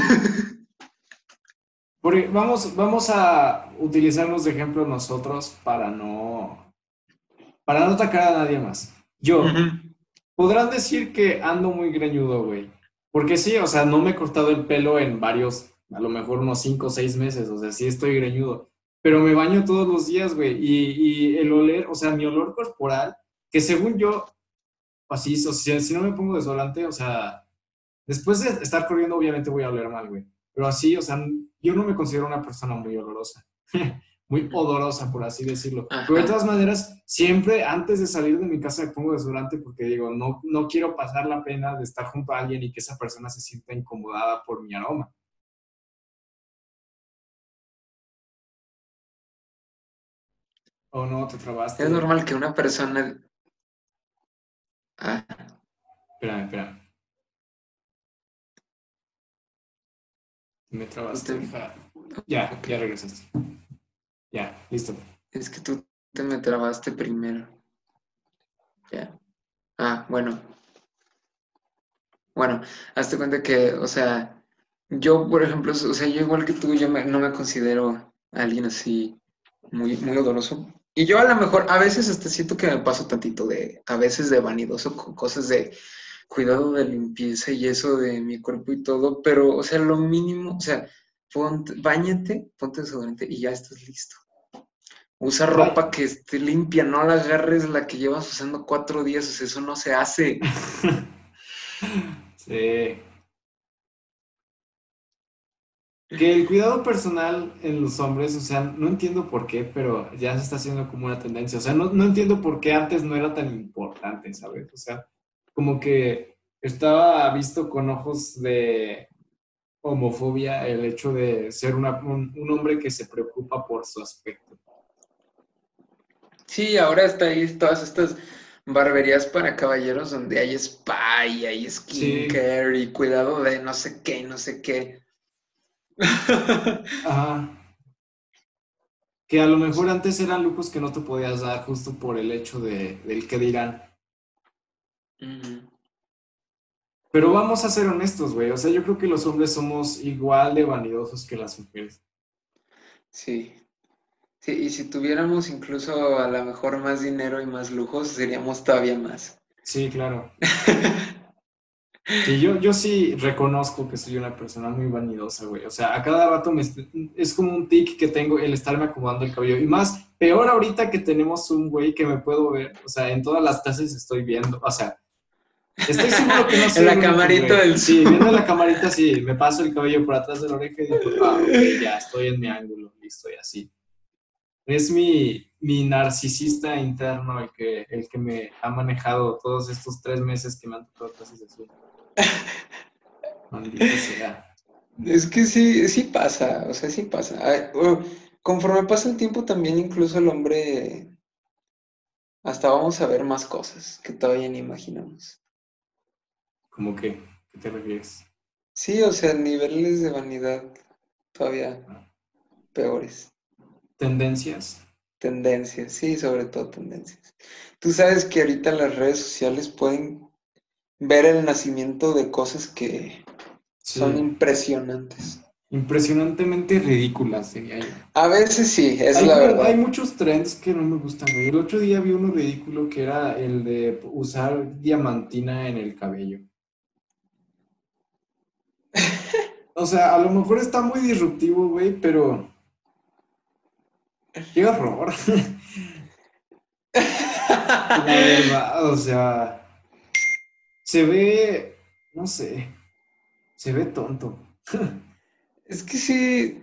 por- vamos, vamos a utilizarnos de ejemplo nosotros para no, para no atacar a nadie más. Ujú. Yo, podrán decir que ando muy greñudo, güey. Porque sí, o sea, no me he cortado el pelo en varios, a lo mejor unos cinco o seis meses, o sea, sí estoy greñudo. Pero me baño todos los días, güey. Y, y el oler, o sea, mi olor corporal, que según yo, así, o sea, si no me pongo desodorante, o sea, después de estar corriendo, obviamente voy a oler mal, güey. Pero así, o sea, yo no me considero una persona muy olorosa. Muy odorosa, por así decirlo. Pero de Ajá. todas maneras, siempre antes de salir de mi casa me pongo desodorante porque digo, no, no quiero pasar la pena de estar junto a alguien y que esa persona se sienta incomodada por mi aroma. Oh, no, te Es trabaste. normal que una persona... Ah, Espérame, espérame. Me tú trabaste, te- hija. Ya, ok. ya regresaste. Ya, listo. Es que tú te me trabaste primero. Ya. Ah, bueno. Bueno, hazte cuenta que, o sea, yo, por ejemplo, o sea, yo igual que tú, yo me- no me considero alguien así muy, muy odoroso. Y yo a lo mejor, a veces hasta siento que me paso tantito de, a veces de vanidoso con cosas de cuidado de limpieza y eso de mi cuerpo y todo, pero, o sea, lo mínimo, o sea, ponte, báñate, ponte desodorante y ya estás listo. Usa ropa Vaya. que esté limpia, no la agarres la que llevas usando cuatro días, o sea, eso no se hace. Sí. Que el cuidado personal en los hombres, o sea, no entiendo por qué, pero ya se está haciendo como una tendencia. O sea, no, no entiendo por qué antes no era tan importante, ¿sabes? O sea, como que estaba visto con ojos de homofobia el hecho de ser una- un, un hombre que se preocupa por su aspecto. Sí, ahora está ahí todas estas barberías para caballeros donde hay spa y hay Sí, skincare y cuidado de no sé qué, no sé qué. ajá. Que a lo mejor antes eran lujos que no te podías dar justo por el hecho de, del que dirán. Ujú. Pero vamos a ser honestos, güey. O sea, yo creo que los hombres somos igual de vanidosos que las mujeres. Sí, sí, y si tuviéramos incluso a lo mejor más dinero y más lujos, seríamos todavía más. Sí, claro. Sí, yo, yo sí reconozco que soy una persona muy vanidosa, güey. O sea, a cada rato me, es como un tic que tengo el estarme acomodando el cabello. Y más, peor ahorita que tenemos un güey que me puedo ver. O sea, en todas las clases estoy viendo. O sea, estoy seguro que no En soy la el único, camarita güey. del Sí, viendo la Zoom. camarita, sí, me paso el cabello por atrás de la oreja y digo, ah, ok, ya estoy en mi ángulo y estoy así. Es mi, mi narcisista interno el que, el que me ha manejado todos estos tres meses que me han tocado clases de Zoom. Maldito sea. Es que sí, sí pasa, o sea, sí pasa. Ay, bueno, conforme pasa el tiempo también incluso el hombre, hasta vamos a ver más cosas que todavía ni imaginamos. ¿Cómo que? ¿Qué te refieres? Sí, o sea, niveles de vanidad todavía peores. Tendencias. Tendencias, sí, sobre todo tendencias. Tú sabes que ahorita las redes sociales pueden ver el nacimiento de cosas que son Sí. impresionantes. Impresionantemente ridículas, diría yo. A veces sí, esa es Hay la como, hay verdad. muchos trends que no me gustan, güey. El otro día vi uno ridículo que era el de usar diamantina en el cabello. O sea, a lo mejor está muy disruptivo, güey, pero qué horror. La verdad, o sea, se ve, no sé, se ve tonto. Es que sí,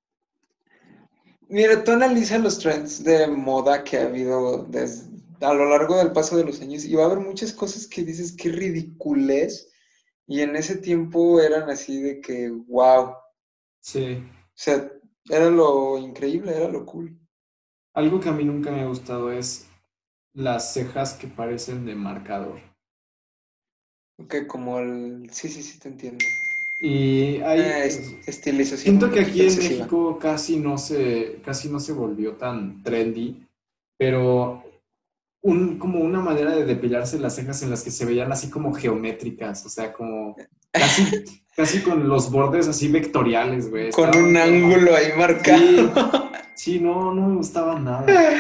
mira, tú analiza los trends de moda que ha habido des- a lo largo del paso de los años y va a haber muchas cosas que dices que ridiculez y en ese tiempo eran así de que, wow, o Sí. sea, era lo increíble, era lo cool. Algo que a mí nunca me ha gustado es las cejas que parecen de marcador. Que como el, sí, sí, sí, te entiendo. Y hay, Una es- estilización un siento que poquito aquí en excesiva. México casi no se, casi no se volvió tan trendy, pero un, como una manera de depilarse las cejas en las que se veían así como geométricas, o sea, como casi, casi con los bordes así vectoriales, güey. Con Estaba un muy mamá. ángulo ahí Sí, marcado. sí, no, no me gustaba nada.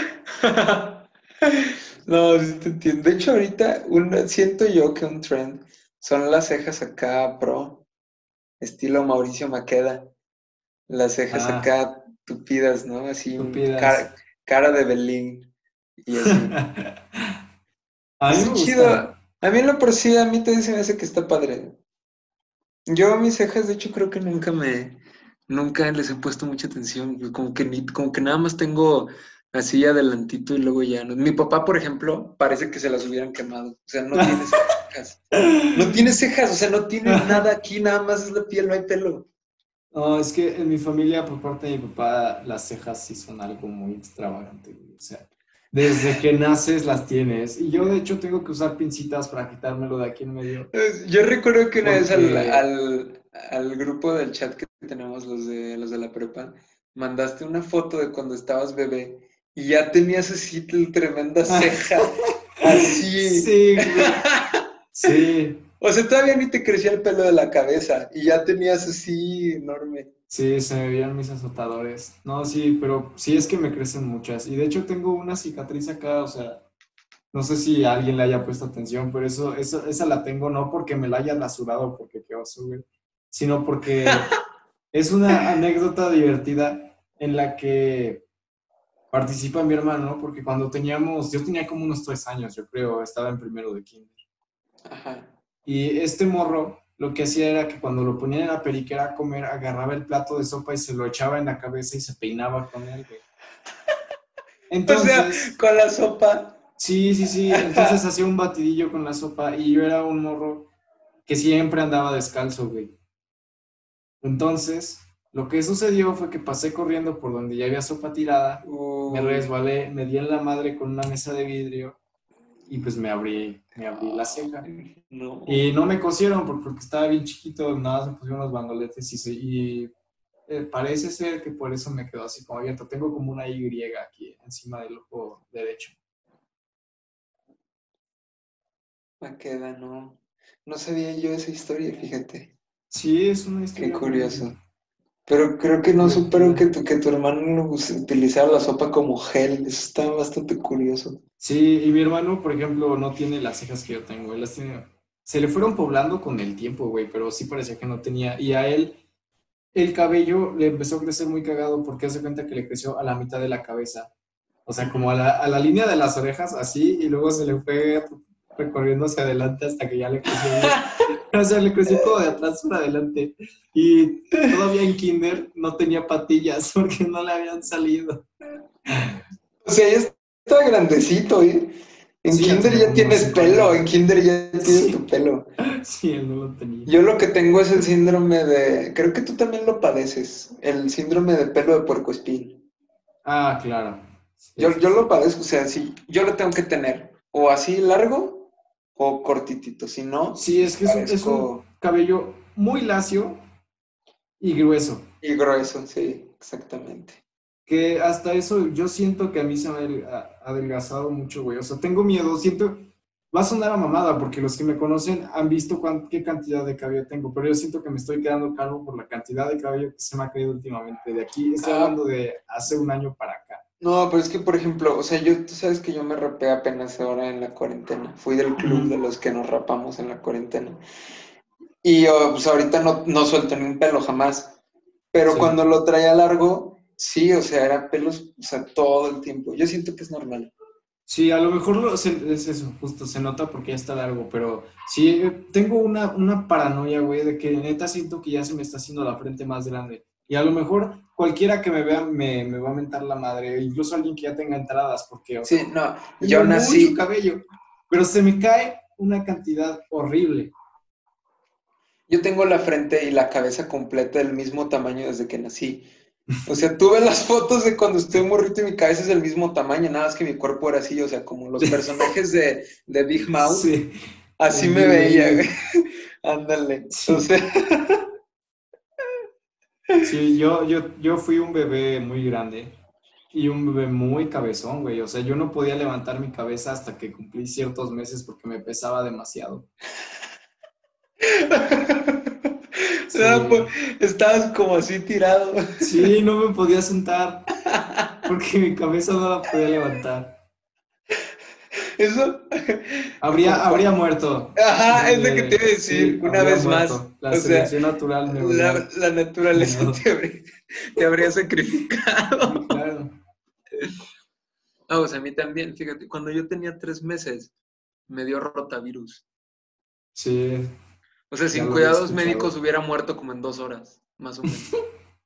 No, sí te entiendo. De hecho, ahorita un- siento yo que un trend son las cejas acá pro, estilo Mauricio Maqueda. Las cejas Ah, acá tupidas, ¿no? Así, tupidas. cara, cara de Belín y así. A mí Está me chido. gustan. A mí en lo por sí, a mí también se me hace que está padre. Yo a mis cejas, de hecho, creo que nunca me, nunca les he puesto mucha atención. Pues, como que ni, como que nada más tengo así adelantito y luego ya no. Mi papá, por ejemplo, parece que se las hubieran quemado. O sea, no tiene cejas. No tiene cejas, o sea, no tiene nada aquí, nada más es la piel, no hay pelo. No, es que en mi familia, por parte de mi papá, las cejas sí son algo muy extravagante, güey. O sea, desde que naces las tienes. Y yo, de hecho, tengo que usar pincitas para quitármelo de aquí en medio. Es- Yo recuerdo que una vez al, Porque, al, al grupo del chat que tenemos los de los de la prepa, mandaste una foto de cuando estabas bebé y ya tenías así t- tremenda ceja, así. sí, güey. Sí, O sea, todavía ni te crecía el pelo de la cabeza y ya tenías así enorme. sí, se me veían mis azotadores. No, sí, pero sí es que me crecen muchas. Y de hecho tengo una cicatriz acá, o sea, no sé si alguien le haya puesto atención, pero eso, eso, esa la tengo no porque me la haya rasurado, porque qué oso, güey, sino porque es una anécdota divertida en la que participa mi hermano, ¿no? Porque cuando teníamos, yo tenía como unos tres años, yo creo, estaba en primero de kinder. Ajá. Y este morro lo que hacía era que cuando lo ponían en la periquera a comer, agarraba el plato de sopa y se lo echaba en la cabeza y se peinaba con él, güey. O sea, Entonces, con la sopa. sí, sí, sí, entonces hacía un batidillo con la sopa y yo era un morro que siempre andaba descalzo, güey. Entonces, lo que sucedió fue que pasé corriendo por donde ya había sopa tirada, me Uy, resbalé, me di en la madre con una mesa de vidrio y pues me abrí, me abrí la ceja. Y no. no me cosieron por- porque estaba bien chiquito, nada más me pusieron los bandoletes y, se, y eh, parece ser que por eso me quedó así como abierto. Tengo como una Y aquí encima del ojo derecho. Me queda, no. No sabía yo esa historia, fíjate. Sí, es una Qué historia muy curioso. Pero creo que no supero divertida. que tu, que tu hermano us- utilizara la sopa como gel. Eso está bastante curioso. Sí, y mi hermano, por ejemplo, no tiene las cejas que yo tengo. Él las tiene... Se le fueron poblando con el tiempo, güey, pero sí parecía que no tenía. Y a él el cabello le empezó a crecer muy cagado porque hace cuenta que le creció a la mitad de la cabeza. O sea, como a Ujú. la, a la línea de las orejas, así, y luego se le fue recorriendo hacia adelante hasta que ya le creció bien. O sea, le creció como de atrás para adelante. Y todavía en kinder no tenía patillas porque no le habían salido. O sea, ya está grandecito, ¿eh? En Sí, ya kinder tenía ya como unos tienes cinco pelo, años. en kinder ya tienes tu Sí, pelo. sí, él no lo tenía. Yo lo que tengo es el síndrome de, creo que tú también lo padeces, el síndrome de pelo de puercoespín. Ah, claro. Sí, Yo, sí, yo lo sí. padezco, o sea, sí, yo lo tengo que tener o así largo o cortitito, si no, Sí, es sí que es un, es un parezco cabello muy lacio y grueso. y grueso, sí, exactamente. Que hasta eso yo siento que a mí se me ha adelgazado mucho, güey. O sea, tengo miedo, siento, va a sonar a mamada, porque los que me conocen han visto cuán- qué cantidad de cabello tengo, pero yo siento que me estoy quedando calvo por la cantidad de cabello que se me ha caído últimamente. De aquí, estoy Ah, hablando de hace un año para acá. no, pero es que, por ejemplo, o sea, yo, tú sabes que yo me rapé apenas ahora en la cuarentena. Fui del club de Ujú. los que nos rapamos en la cuarentena. Y yo, pues ahorita no, no suelto ni un pelo jamás. Pero Sí. cuando lo traía largo, sí, o sea, era pelos, o sea, todo el tiempo. Yo siento que es normal. Sí, a lo mejor lo- se- es eso, justo se nota porque ya está largo, pero sí, eh, tengo una, una paranoia, güey, de que neta siento que ya se me está haciendo la frente más grande. Y a lo mejor cualquiera que me vea me, me va a mentar la madre, incluso alguien que ya tenga entradas, porque, o sea, Sí, no, yo tengo mucho nací, cabello, pero se me cae una cantidad horrible. yo tengo la frente y la cabeza completa del mismo tamaño desde que nací. O sea, tú ves las fotos de cuando estoy morrito y mi cabeza es del mismo tamaño, nada más que mi cuerpo era así, o sea, como los personajes de, de Big Mouth, Sí, así el me Big veía, güey. Baby. Ándale. O Sí, sea, sí, yo, yo, yo fui un bebé muy grande. Y un bebé muy cabezón, güey. O sea, yo no podía levantar mi cabeza hasta que cumplí ciertos meses porque me pesaba demasiado. ah, pues, Sí, estabas como así tirado. sí, no me podía sentar porque mi cabeza no la podía levantar. Eso, Habría, como habría cuando... muerto Ajá, un es día lo que te de... iba a decir, Sí, una habría vez más. muerto. La O sea, selección natural me la, habría la naturaleza ganado. te habría, te habría Sí, sacrificado. claro. Ah, o sea, a mí también, fíjate, cuando yo tenía tres meses, me dio rotavirus. Sí, O sea, ya sin lo había cuidados médicos escuchado. hubiera muerto como en dos horas, más o menos.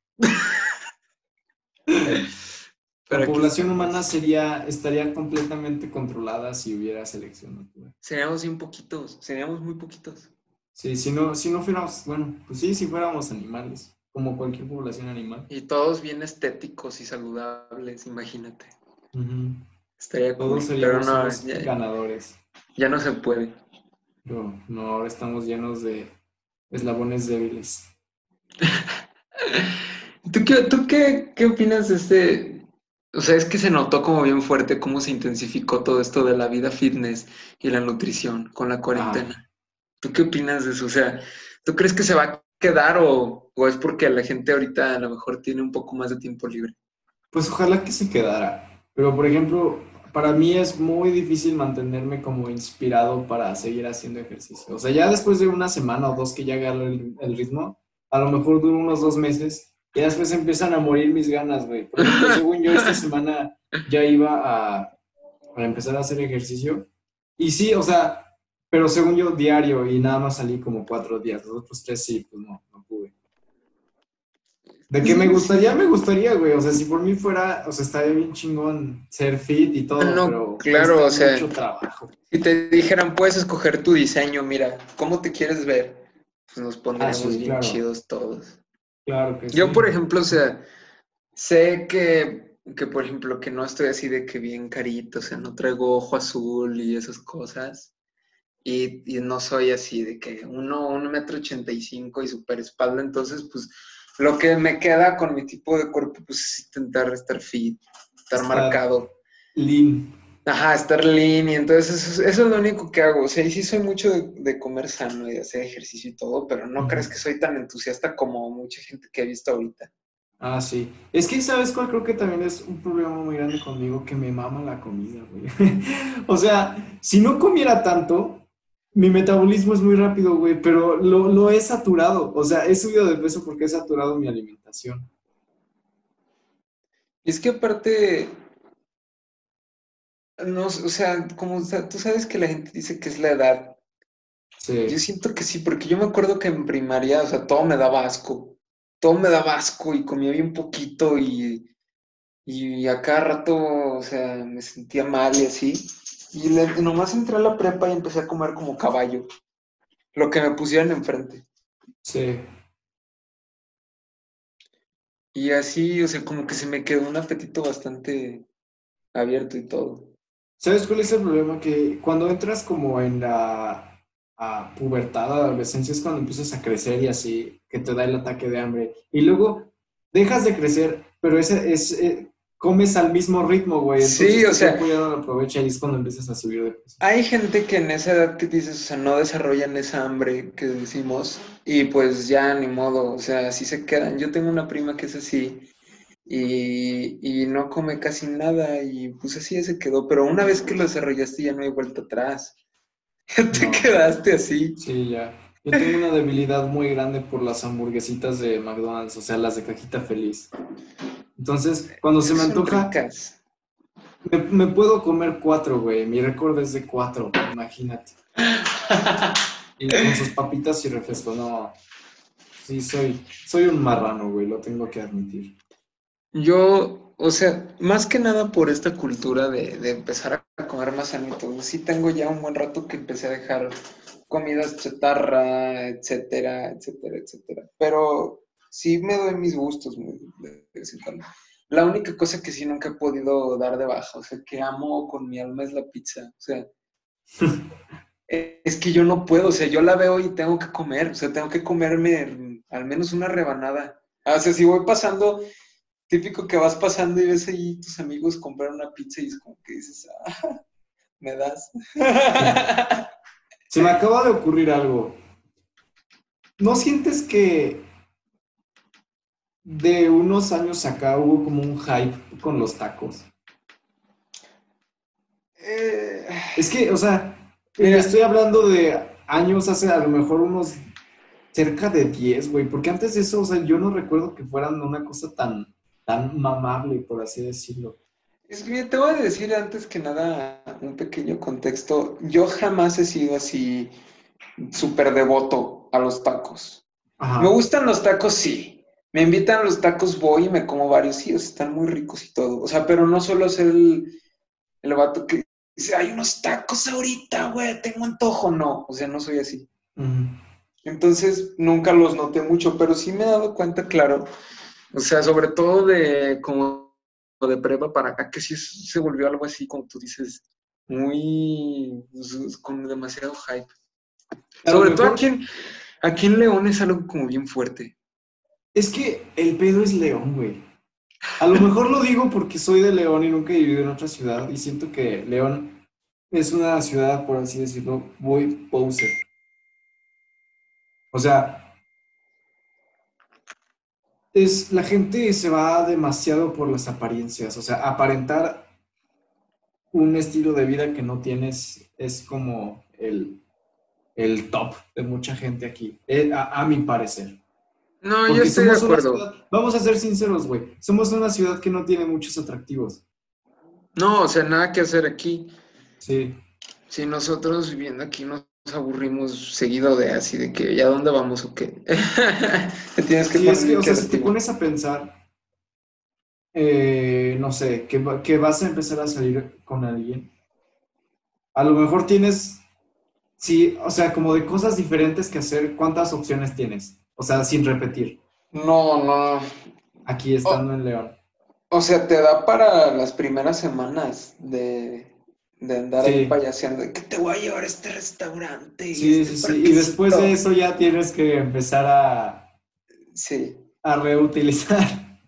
La Pero aquí población humana estamos. sería, estaría completamente controlada si hubiera selección natural. Seríamos bien poquitos, seríamos muy poquitos. Sí, si no, si no fuéramos, bueno, pues sí, si fuéramos animales, como cualquier población animal. Y todos bien estéticos y saludables, imagínate. Ujú. Estaría Todos cool, pero seríamos no, unos ya, ganadores. ya no se puede. Pero no, ahora estamos llenos de eslabones débiles. ¿Tú qué, tú qué, qué opinas de este? O sea, es que se notó como bien fuerte cómo se intensificó todo esto de la vida fitness y la nutrición con la Ah, cuarentena. ¿Tú qué opinas de eso? O sea, ¿tú crees que se va a quedar o, o es porque la gente ahorita a lo mejor tiene un poco más de tiempo libre? pues ojalá que se quedara. Pero, por ejemplo, para mí es muy difícil mantenerme como inspirado para seguir haciendo ejercicio. O sea, ya después de una semana o dos que ya agarro el, el ritmo, a lo mejor duro unos dos meses y después empiezan a morir mis ganas, güey. Por ejemplo, según yo, esta semana ya iba a, a empezar a hacer ejercicio. Y sí, o sea, pero según yo, diario y nada más salí como cuatro días. Los otros tres sí, pues no, no pude. De que me gustaría, Sí. me gustaría, güey. O sea, si por mí fuera, o sea, estaría bien chingón ser fit y Ah, todo, no, pero claro, cuesta o sea, mucho trabajo. si te dijeran, puedes escoger tu diseño, mira, ¿cómo te quieres ver? Pues nos Ah, pondríamos sí, bien claro. chidos todos. Claro que Yo, por sí. ejemplo, o sea, sé que, que, por ejemplo, que no estoy así de que bien carito, o sea, no traigo ojo azul y esas cosas. Y, y no soy así de que uno, un metro ochenta y cinco y super espalda, entonces, pues, lo que me queda con mi tipo de cuerpo, pues, es intentar estar fit, estar Está marcado. lean. Ajá, estar lean, y entonces eso, es eso es lo único que hago. O sea, y sí soy mucho de, de comer sano y de hacer ejercicio y todo, pero no Ujú. crees que soy tan entusiasta como mucha gente que he visto ahorita. Ah, sí. Es que, ¿sabes cuál? Creo que también es un problema muy grande conmigo, que me mama la comida, güey. O sea, si no comiera tanto, mi metabolismo es muy rápido, güey, pero lo, lo he saturado. O sea, he subido de peso porque he saturado mi alimentación. Y es que aparte, no, o sea, como o sea, tú sabes que la gente dice que es la edad. Yo Sí. siento que sí, porque yo me acuerdo que en primaria, o sea, todo me daba asco. Todo me daba asco y comía bien poquito y, y a cada rato, o sea, me sentía mal y así. Y le- nomás entré a la prepa y empecé a comer como caballo, lo que me pusieran enfrente. Sí. Y así, o sea, como que se me quedó un apetito bastante abierto y todo. ¿Sabes cuál es el problema? Que cuando entras como en la a pubertad, adolescencia, es cuando empiezas a crecer y así, que te da el ataque de hambre. Y luego dejas de crecer, pero ese es, eh, comes al mismo ritmo, güey. Sí, Entonces o tu sea, cuerpo ya no lo aprovecha y es cuando empiezas a subir de peso. hay gente que en esa edad que dices, o sea, no desarrollan esa hambre que decimos y pues ya ni modo, o sea, así se quedan. Yo tengo una prima que es así y, y no come casi nada y pues así se quedó, pero una vez que lo desarrollaste ya no hay vuelta atrás. Ya te No, quedaste así. sí, ya. Yo tengo una debilidad muy grande por las hamburguesitas de McDonald's, o sea, las de cajita feliz. Entonces, cuando se Esas me son antoja, ricas. me, me puedo comer cuatro, güey. Mi récord es de cuatro, imagínate. Y con sus papitas y refresco, no. Sí, soy, soy un marrano, güey, lo tengo que admitir. Yo, o sea, más que nada por esta cultura de, de empezar a comer más sano y todo, sí tengo ya un buen rato que empecé a dejar comidas chatarra, etcétera, etcétera, etcétera. Pero sí me doy mis gustos muy de vez en cuando. La única cosa que sí nunca he podido dar de baja, o sea, que amo con mi alma es la pizza. O sea, es que yo no puedo, o sea, yo la veo y tengo que comer, o sea, tengo que comerme al menos una rebanada. O sea, si voy pasando, típico que vas pasando y ves ahí tus amigos comprar una pizza y es como que dices, ah, me das. Se me acaba de ocurrir algo. ¿No sientes que de unos años acá hubo como un hype con los tacos? Eh, Es que, o sea, y mira, estoy hablando de años, hace a lo mejor unos cerca de diez, güey, porque antes de eso, o sea, yo no recuerdo que fueran una cosa tan, tan mamable, por así decirlo. es que mira, te voy a decir antes que nada un pequeño contexto. Yo jamás he sido así súper devoto a los tacos. Me Ajá. gustan los tacos, sí. Me invitan a los tacos, voy y me como varios, sí, o sea, están muy ricos y todo. O sea, pero no solo ser el, el vato que dice, hay unos tacos ahorita, güey, tengo antojo. No, o sea, no soy así. Ujú. Entonces, nunca los noté mucho, pero sí me he dado cuenta, claro. O sea, sobre todo de como de prepa para acá, que sí se volvió algo así, como tú dices, muy, pues, con demasiado hype. A lo Sobre todo aquí mejor en, aquí en León es algo como bien fuerte. es que el pedo es León, güey. A lo mejor lo digo porque soy de León y nunca he vivido en otra ciudad y siento que León es una ciudad, por así decirlo, muy poser. O sea, es, la gente se va demasiado por las apariencias. O sea, aparentar un estilo de vida que no tienes es como el, el top de mucha gente aquí, eh, a, a mi parecer. No, yo Porque estoy de somos una acuerdo. ciudad, vamos a ser sinceros, güey, somos una ciudad que no tiene muchos atractivos. No, o sea, nada que hacer aquí. Sí, Si nosotros viviendo aquí nos aburrimos seguido de así, de que ya dónde vamos o qué. Te tienes que Sí, es poner que, bien o sea, si te creativo. pones a pensar, eh, no sé, que, va- que vas a empezar a salir con alguien, a lo mejor tienes, sí, o sea, como de cosas diferentes que hacer, ¿cuántas opciones tienes? O sea, sin repetir, No, no. aquí O, estando en León. o sea, te da para las primeras semanas de, de andar ahí Sí, payaseando, de que te voy a llevar a este restaurante y sí, este sí, sí. Y después de parquecito. eso ya tienes que empezar a, Sí. a reutilizar.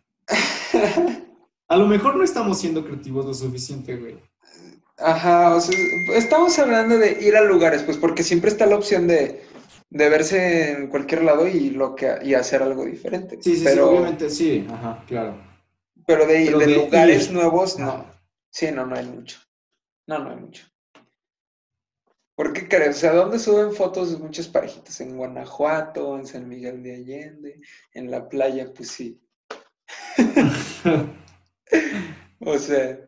A lo mejor no estamos siendo creativos lo suficiente, güey. Ajá, o sea, estamos hablando de ir a lugares, pues porque siempre está la opción de, de verse en cualquier lado y lo que y hacer algo diferente. Sí, sí, sí, Pero, obviamente sí, ajá, claro. pero de, Pero de de lugares ir, nuevos, no. ajá. Sí, no, no hay mucho. No, no hay mucho. ¿Por qué crees? O sea, ¿dónde suben fotos de muchas parejitas? En Guanajuato, en San Miguel de Allende, en la playa, pues sí. O sea,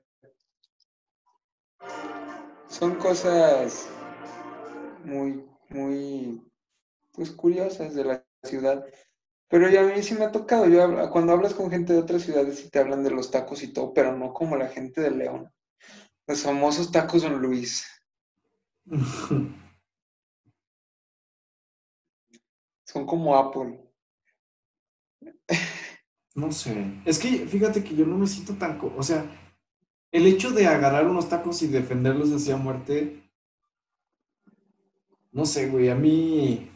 son cosas muy, muy, pues curiosas de la ciudad. Pero ya a mí sí me ha tocado, yo hablo- cuando hablas con gente de otras ciudades sí te hablan de los tacos y todo, pero no como la gente de León. Los famosos tacos Don Luis. Son como Apple. No sé. Es que fíjate que yo no me siento tan... co- O sea, el hecho de agarrar unos tacos y defenderlos hacia muerte, no sé, güey, a mí...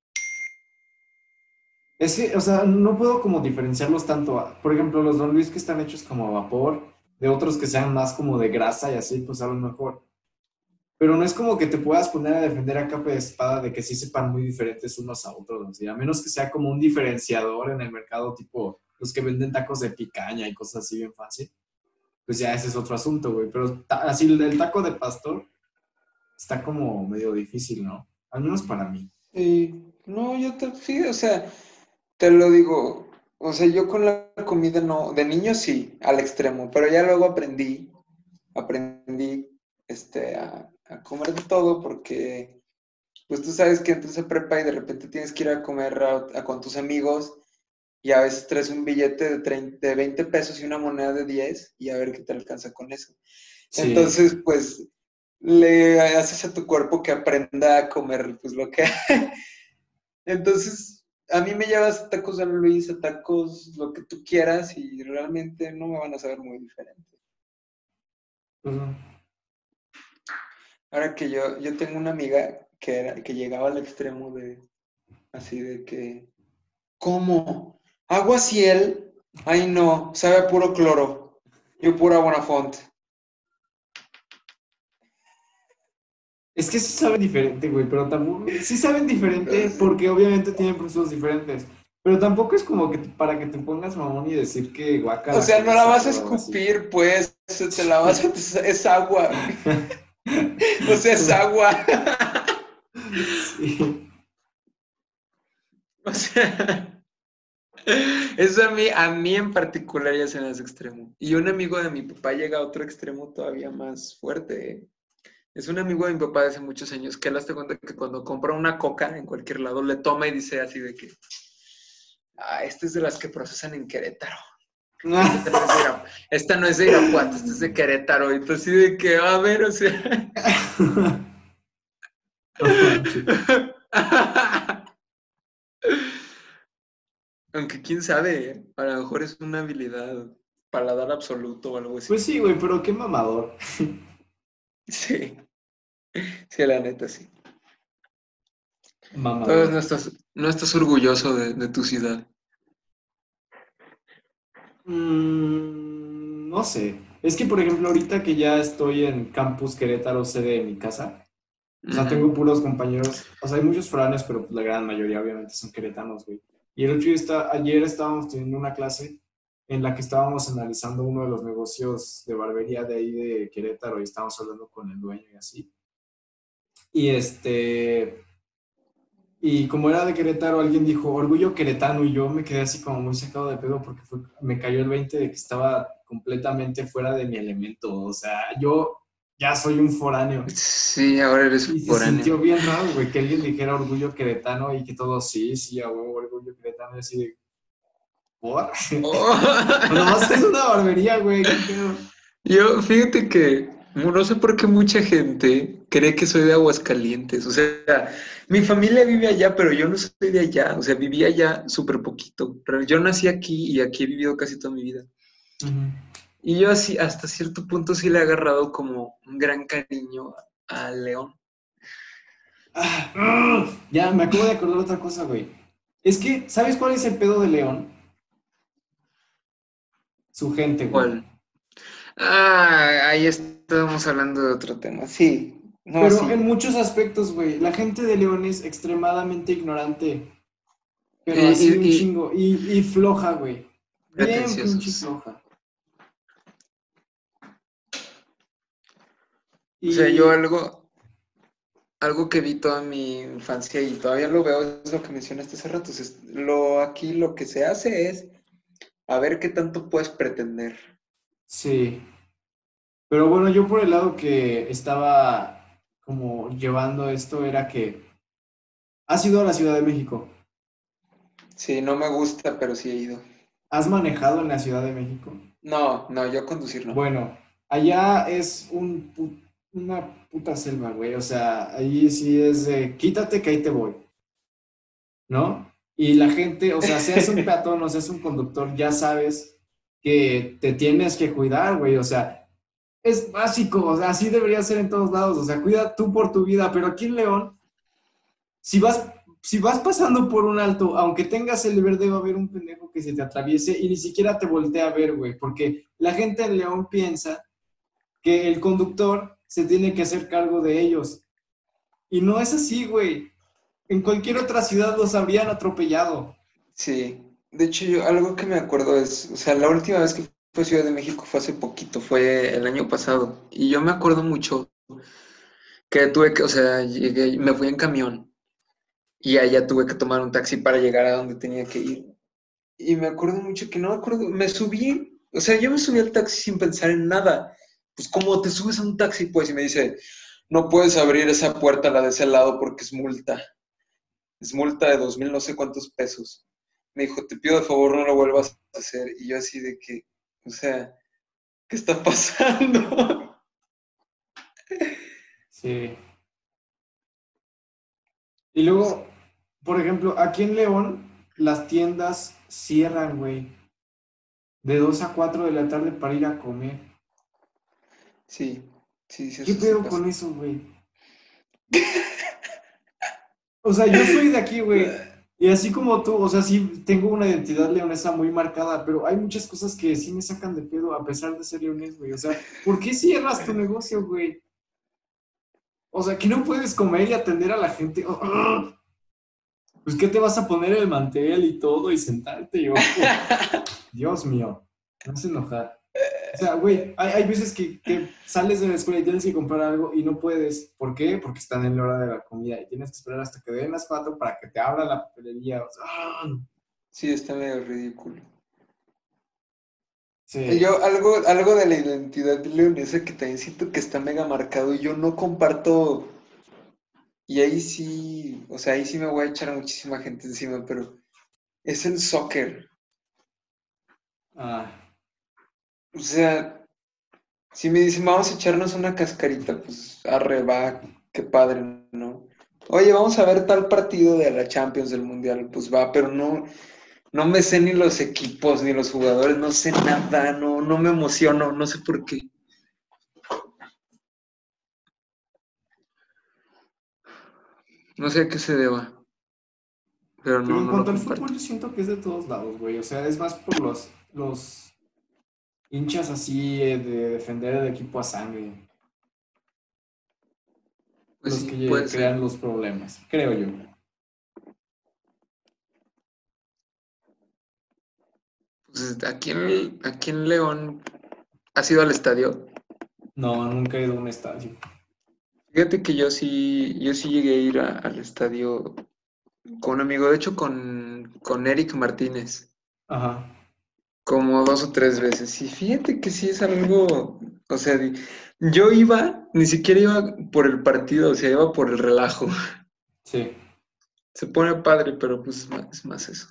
Es que, o sea, no puedo como diferenciarlos tanto. a- Por ejemplo, los Don Luis que están hechos como a vapor, de otros que sean más como de grasa y así, pues a lo mejor. Pero no es como que te puedas poner a defender a capa de espada de que sí sepan muy diferentes unos a otros, así, a menos que sea como un diferenciador en el mercado, tipo los que venden tacos de picaña y cosas así bien fácil, pues ya ese es otro asunto, güey. Pero ta- así el, el taco de pastor está como medio difícil, ¿no? Al menos para mí. Y no, yo te, sí, o sea, te lo digo, o sea, yo con la comida no, de niño sí, al extremo, pero ya luego aprendí, aprendí, este, a, a comer de todo porque, pues tú sabes que entras a prepa y de repente tienes que ir a comer a- a con tus amigos y a veces traes un billete de, treinta, de veinte pesos y una moneda de diez y a ver qué te alcanza con eso. Sí. Entonces, pues, le haces a tu cuerpo que aprenda a comer, pues, lo que... Entonces, a mí me llevas a tacos de Luis, a tacos, lo que tú quieras y realmente no me van a saber muy diferente. Ujú. Ahora que yo, yo tengo una amiga que, era, que llegaba al extremo de, así de que, ¿cómo? ¿Agua Ciel? Ay, no, sabe a puro cloro. Yo pura Bonafont. Es que sí saben diferente, güey, pero tampoco, sí saben diferente Entonces, porque obviamente tienen procesos diferentes, pero tampoco es como que te- para que te pongas mamón y decir que o guacala sea, con no la esa vas a agua o así. escupir, pues, te la vas a... es agua. O sea, es agua. Sí. O sea, eso a mí, a mí en particular ya se me hace extremo. Y un amigo de mi papá llega a otro extremo todavía más fuerte. ¿Eh? Es un amigo de mi papá de hace muchos años que él hace cuenta que cuando compra una coca en cualquier lado le toma y dice así de que, ah, esta es de las que procesan en Querétaro. Esta no es de, Ira- esta no es de Irapuato, esta es de Querétaro. Y tú así de que, a ver, o sea... No manches. Aunque quién sabe, ¿eh? A lo mejor es una habilidad paladar absoluto o algo Pues así. sí, güey, pero qué mamador. Sí, sí, la neta, sí. Entonces Mamador. no estás, no estás orgulloso de, de tu ciudad. Mm, no sé. Es que, por ejemplo, ahorita que ya estoy en Campus Querétaro, sede de mi casa, o sea, Ujú. tengo puros compañeros, o sea, hay muchos foráneos, pero pues, la gran mayoría obviamente son queretanos, güey. Y el otro día, está, ayer estábamos teniendo una clase en la que estábamos analizando uno de los negocios de barbería de ahí de Querétaro y estábamos hablando con el dueño y así. Y este, y como era de Querétaro, alguien dijo orgullo queretano y yo me quedé así como muy sacado de pedo porque fue, me cayó el veinte de que estaba completamente fuera de mi elemento. O sea, yo ya soy un foráneo. Sí, ahora eres Y se foráneo. sintió bien raro, güey, que alguien dijera orgullo queretano y que todos, sí, sí, a huevo, orgullo queretano, y así de, ¿por? O nomás es Oh. una barbería, güey, qué pedo. Yo, fíjate que no sé por qué mucha gente cree que soy de Aguascalientes. O sea, mi familia vive allá, pero yo no soy de allá. O sea, viví allá súper poquito. Pero yo nací aquí y aquí he vivido casi toda mi vida. Ujú. Y yo así, hasta cierto punto sí le he agarrado como un gran cariño al León. Ah, ah, ya, me acabo de acordar otra cosa, güey. Es que, ¿sabes cuál es el pedo de León? Su gente, güey. ¿Cuál? Ah, ahí estábamos hablando de otro tema. Sí, no, Pero en sí. muchos aspectos, güey, la gente de León es extremadamente ignorante, Y, pero así y, un y chingo. Y, y floja, güey. Bien pinche pretenciosos. floja. O sea, yo Y algo, algo que vi toda mi infancia y todavía lo veo es lo que mencionaste hace rato. Es lo, aquí lo que se hace es a ver qué tanto puedes pretender. sí. Pero bueno, yo por el lado que estaba como llevando esto era que has ido a la Ciudad de México. Sí, no me gusta, pero sí he ido. ¿Has manejado en la Ciudad de México? No, no, yo conducir no. Bueno, allá es un pu- una puta selva, güey. O sea, ahí sí es de quítate que ahí te voy, ¿no? Y la gente, o sea, seas un peatón o seas un conductor, ya sabes que te tienes que cuidar, güey. O sea, es básico, o sea, así debería ser en todos lados. O sea, cuida tú por tu vida, pero aquí en León, si vas, si vas pasando por un alto, aunque tengas el verde, va a haber un pendejo que se te atraviese y ni siquiera te voltea a ver, güey, porque la gente en León piensa que el conductor se tiene que hacer cargo de ellos. Y no es así, güey. En cualquier otra ciudad los habrían atropellado. Sí, de hecho yo algo que me acuerdo es, o sea, la última vez que fue a Ciudad de México fue hace poquito, fue el año pasado, y yo me acuerdo mucho que tuve que, o sea, llegué, me fui en camión y allá tuve que tomar un taxi para llegar a donde tenía que ir. Y me acuerdo mucho que no me acuerdo, me subí, o sea, yo me subí al taxi sin pensar en nada. Pues como te subes a un taxi, pues, y me dice, no puedes abrir esa puerta, la de ese lado, porque es multa. Es multa de dos mil no sé cuántos pesos. Me dijo, te pido de favor no lo vuelvas a hacer. Y yo así de que, o sea, ¿qué está pasando? Sí. Y luego, por ejemplo, aquí en León, las tiendas cierran, güey, de dos a cuatro de la tarde para ir a comer. Sí, sí, sí, ¿Qué eso sí pedo pasa. con eso, güey? O sea, yo soy de aquí, güey. Y así como tú, o sea, sí tengo una identidad leonesa muy marcada, pero hay muchas cosas que sí me sacan de pedo a pesar de ser leonés, güey. O sea, ¿por qué cierras tu negocio, güey? O sea, que no puedes comer y atender a la gente. ¡Ah! Pues, ¿qué te vas a poner el mantel y todo y sentarte? Yo, uf, Dios mío, me hace enojar. O sea, güey, hay, hay veces que, que sales de la escuela y tienes que comprar algo y no puedes. ¿Por qué? Porque están en la hora de la comida y tienes que esperar hasta que den las cuatro para que te abra la papelería. O sea, ¡ah! Sí, está medio ridículo. Sí, Yo, algo, algo de la identidad leonesa que también siento que está mega marcado y yo no comparto, y ahí sí, o sea, ahí sí me voy a echar a muchísima gente encima, pero es el soccer. ah, O sea, si me dicen, vamos a echarnos una cascarita, pues arre, va, qué padre, ¿no? Oye, vamos a ver tal partido de la Champions del Mundial, pues va, pero no, no me sé ni los equipos ni los jugadores, no sé nada, no, no me emociono, no sé por qué. No sé a qué se deba, pero pero no, en no lo cuanto al fútbol, comparto. yo siento que es de todos lados, güey. O sea, es más por los, los hinchas así eh, de defender el equipo a sangre, Pues los sí, que puede ser. crean los problemas, creo yo. Pues aquí en, aquí en León, ¿has ido al estadio? No, nunca he ido a un estadio. Fíjate que yo sí, yo sí llegué a ir a- al estadio con un amigo, de hecho con, con Eric Martínez, Ajá. como dos o tres veces. Y fíjate que sí es algo, O sea, di- yo iba, ni siquiera iba por el partido, o sea, iba por el relajo. Sí. Se pone padre, pero pues es más, es más eso.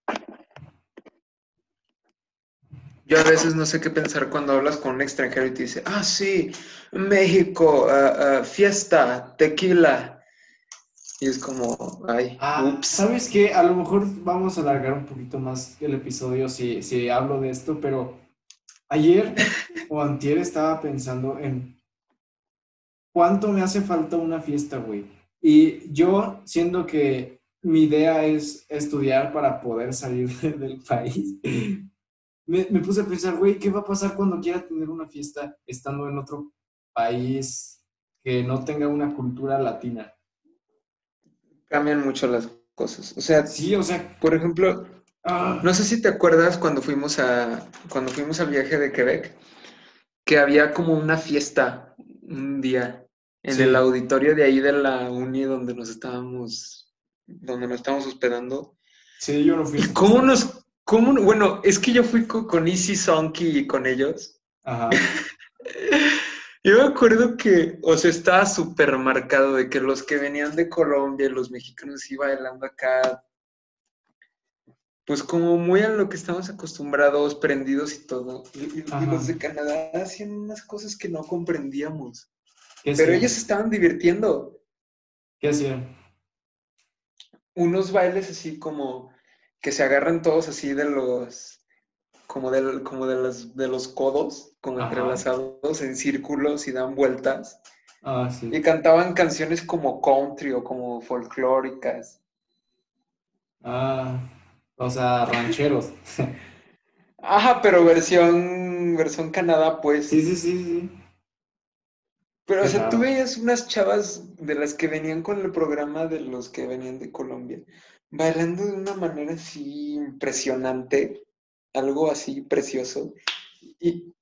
Yo a veces no sé qué pensar cuando hablas con un extranjero y te dice, ah, sí, México, ah, ah, fiesta, tequila. Y es como, ay, Ah, ups. ¿sabes qué? A lo mejor vamos a alargar un poquito más el episodio si, si hablo de esto, pero ayer o antier estaba pensando en cuánto me hace falta una fiesta, güey. Y yo, siendo que mi idea es estudiar para poder salir del país, me, me puse a pensar, güey, ¿qué va a pasar cuando quiera tener una fiesta estando en otro país que no tenga una cultura latina? Cambian mucho las cosas. O sea, Sí, o sea, por ejemplo, no ah, sé si te acuerdas cuando fuimos a, cuando fuimos al viaje de Quebec, que había como una fiesta un día en el sí, auditorio de ahí de la uni donde nos estábamos, donde nos estábamos hospedando. sí, yo no fui a Y esa cómo fiesta. nos, cómo, bueno, es que yo fui co- con, Easy Sonky y con ellos. Ajá, Yo me acuerdo que, o sea, estaba súper marcado de que los que venían de Colombia y los mexicanos iban bailando acá, pues como muy a lo que estamos acostumbrados, prendidos y todo. Y, y- y los ajá. de Canadá hacían unas cosas que no comprendíamos, ¿Qué pero ellos se hacían? estaban divirtiendo. ¿Qué hacían? Unos bailes así como que se agarran todos así de los, como de, como de los, de los codos, como Ajá. entrelazados en círculos y dan vueltas. Ah, Y sí. cantaban canciones como country o como folclóricas. Ah, o sea, rancheros. Ajá, pero versión, versión Canadá, Sí, pues. sí, sí, sí. Pero, o Qué sea, tú raro. veías unas chavas de las que venían con el programa de los que venían de Colombia, bailando de una manera así impresionante, algo así precioso. Y,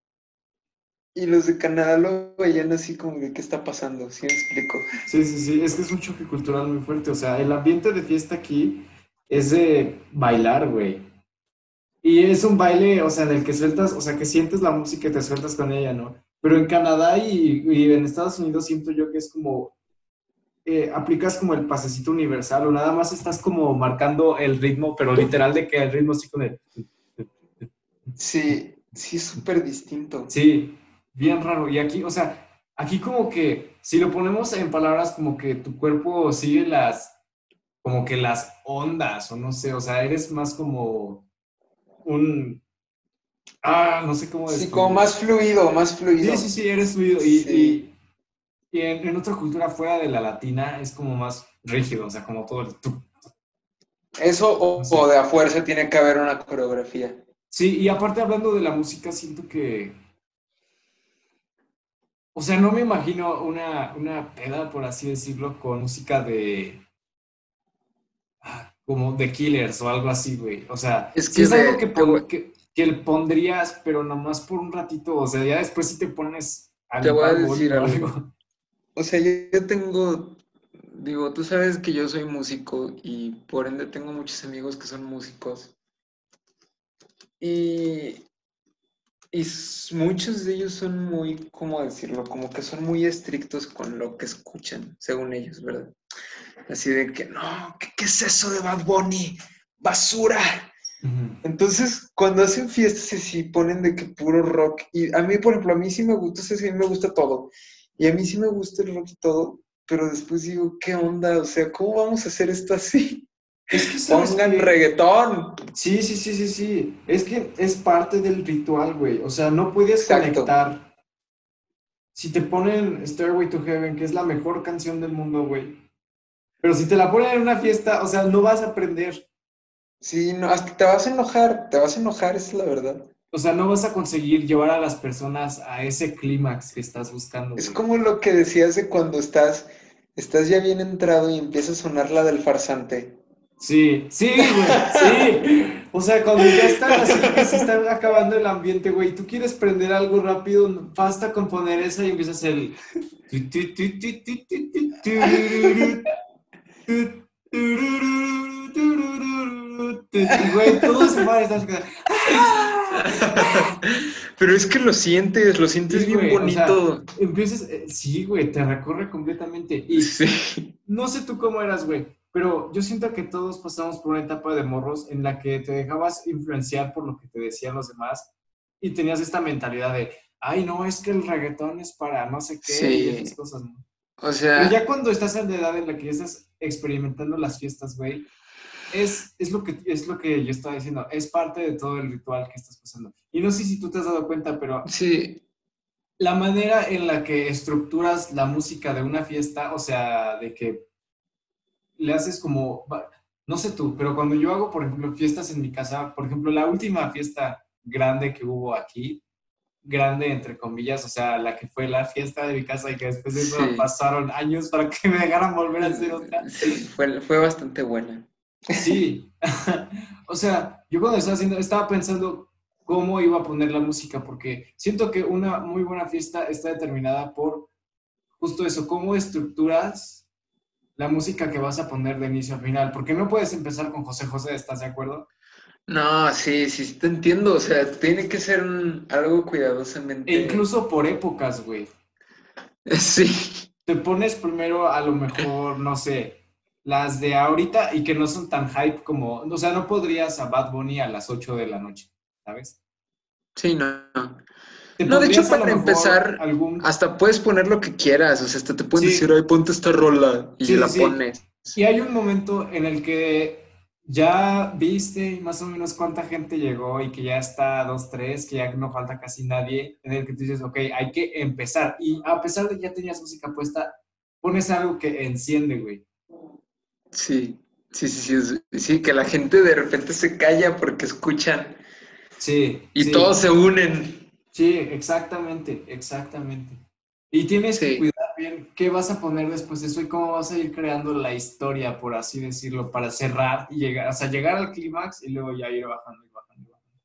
y los de Canadá lo veían así como de qué está pasando, ¿sí me explico? Sí, sí, sí. Es que es un choque cultural muy fuerte. O sea, el ambiente de fiesta aquí es de bailar, güey. Y es un baile, o sea, en el que sueltas, o sea, que sientes la música y te sueltas con ella, ¿no? Pero en Canadá y, y en Estados Unidos siento yo que es como, eh, aplicas como el pasecito universal o nada más estás como marcando el ritmo, pero literal de que el ritmo así con el... Sí, sí es súper distinto. Sí, bien raro. Y aquí, o sea, aquí como que, si lo ponemos en palabras como que tu cuerpo sigue las, como que las ondas, o no sé, o sea, eres más como un, ah, no sé cómo Sí, como describirlo. más fluido, más Sí, sí, fluido. sí, eres fluido. Y, Sí. y, y en, en otra cultura fuera de la latina es como más rígido, o sea, como todo el... tuc, Eso no o, o sé. de a fuerza tiene que haber una coreografía. Sí, y aparte hablando de la música, siento que, o sea, no me imagino una, una peda, por así decirlo, con música de ah, como The Killers o algo así, güey. O sea, Es sí que es algo que, ve, te voy, pon- que, que le pondrías, pero nomás por un ratito. O sea, ya después si te pones te al voy a Bad Bunny decir o algo. algo. O sea, yo, yo tengo, digo, tú sabes que yo soy músico y por ende tengo muchos amigos que son músicos. Y, y s- muchos de ellos son muy, ¿cómo decirlo? Como que son muy estrictos con lo que escuchan, según ellos, ¿verdad? Así de que, no, ¿qué, qué es eso de Bad Bunny? ¡Basura! Ujú. Entonces, cuando hacen fiestas así, ponen de que puro rock. Y a mí, por ejemplo, a mí sí me gusta, o sea, sí me gusta todo. Y a mí sí me gusta el rock y todo, pero después digo, ¿qué onda? O sea, ¿cómo vamos a hacer esto así? Es que, ¿sabes Pongan qué? reggaetón. Sí, sí, sí, sí, sí. Es que es parte del ritual, güey. O sea, no puedes Exacto. conectar. Si te ponen Stairway to Heaven, que es la mejor canción del mundo, güey. Pero si te la ponen en una fiesta, o sea, no vas a aprender. Sí, no, hasta te vas a enojar, te vas a enojar, esa es la verdad. O sea, no vas a conseguir llevar a las personas a ese clímax que estás buscando, Es güey. como lo que decías de cuando estás, estás ya bien entrado y empieza a sonar la del farsante. Sí, sí, güey, sí. O sea, cuando ya está así, que se está acabando el ambiente, güey, tú quieres prender algo rápido, basta con poner esa y empiezas el... tu, tu, tu, tu, tu, tu, tu, turururu, tu, turururu, turururu, tu, y, güey, todo se va a estar... Pero es que lo sientes, lo sientes Sí, bien güey, o sea, bonito. empiezas, eh, sí, güey, te recorre completamente. Y Sí, no sé tú cómo eras, güey, pero yo siento que todos pasamos por una etapa de morros en la que te dejabas influenciar por lo que te decían los demás y tenías esta mentalidad de, ay, no, es que el reggaetón es para no sé qué y esas sí. cosas, ¿no? O Pero ya sea, cuando estás en la edad en la que ya estás experimentando las fiestas, güey, es, es, lo que, es lo que yo estaba diciendo, es parte de todo el ritual que estás pasando. Y no sé si tú te has dado cuenta, pero sí, la manera en la que estructuras la música de una fiesta, o sea, de que le haces como, no sé tú, pero cuando yo hago, por ejemplo, fiestas en mi casa, por ejemplo, la última fiesta grande que hubo aquí, grande entre comillas, o sea, la que fue la fiesta de mi casa y que después de eso sí. pasaron años para que me dejaran volver a hacer otra. Sí, fue, fue bastante buena. Sí, o sea, yo cuando estaba haciendo, estaba pensando cómo iba a poner la música, porque siento que una muy buena fiesta está determinada por justo eso, cómo estructuras la música que vas a poner de inicio a final, porque no puedes empezar con José José, ¿estás de acuerdo? No, sí, sí, sí te entiendo. O sea, tiene que ser un- algo E cuidadosamente. incluso por épocas, güey. Sí, Te pones primero a lo mejor, no sé, las de ahorita y que no son tan hype como, o sea, no podrías a Bad Bunny a las ocho de la noche, ¿sabes? sí, no. No, Te No, de hecho, pondrías a lo para mejor empezar, algún, hasta puedes poner lo que quieras. O sea, hasta te pueden decir, sí, ay, ponte esta rola y sí, sí, la sí. pones. Y hay un momento en el que ya viste más o menos cuánta gente llegó y que ya está dos, tres, que ya no falta casi nadie, en el que tú dices, ok, hay que empezar. Y a pesar de que ya tenías música puesta, pones algo que enciende, güey. Sí, sí, sí, sí, es- sí, que la gente de repente se calla porque escuchan Sí, y todos sí, se unen. sí, exactamente, exactamente. Y tienes que Sí, cuidar bien qué vas a poner después de eso y cómo vas a ir creando la historia, por así decirlo, para cerrar y llegar, o sea, llegar al clímax y luego ya ir bajando y bajando y bajando.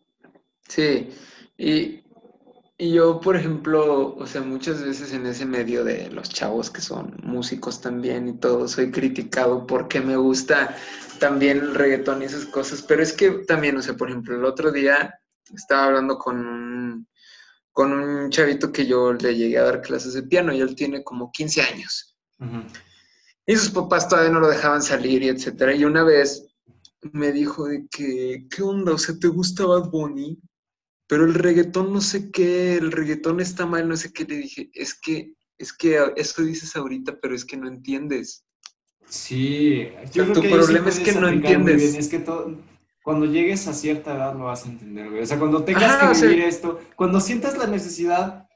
sí. Y, y yo, por ejemplo, o sea, muchas veces en ese medio de los chavos que son músicos también y todo, soy criticado porque me gusta también el reggaetón y esas cosas, pero es que también, o sea, por ejemplo, el otro día estaba hablando con un, con un chavito que yo le llegué a dar clases de piano y él tiene como quince años. Ujú. Y sus papás todavía no lo dejaban salir y etcétera. Y una vez me dijo de que, ¿qué onda? O sea, ¿te gusta Bad Bunny? Pero el reggaetón no sé qué, el reggaetón está mal, no sé qué. Le dije, es que, es que eso dices ahorita, pero es que no entiendes. Sí, O yo sea, creo tu que ahí sí problema es que puedes no aplicar muy bien. entiendes. Es que todo, cuando llegues a cierta edad lo vas a entender, güey. O sea, cuando tengas que Ajá, o sea, vivir esto, cuando sientas la necesidad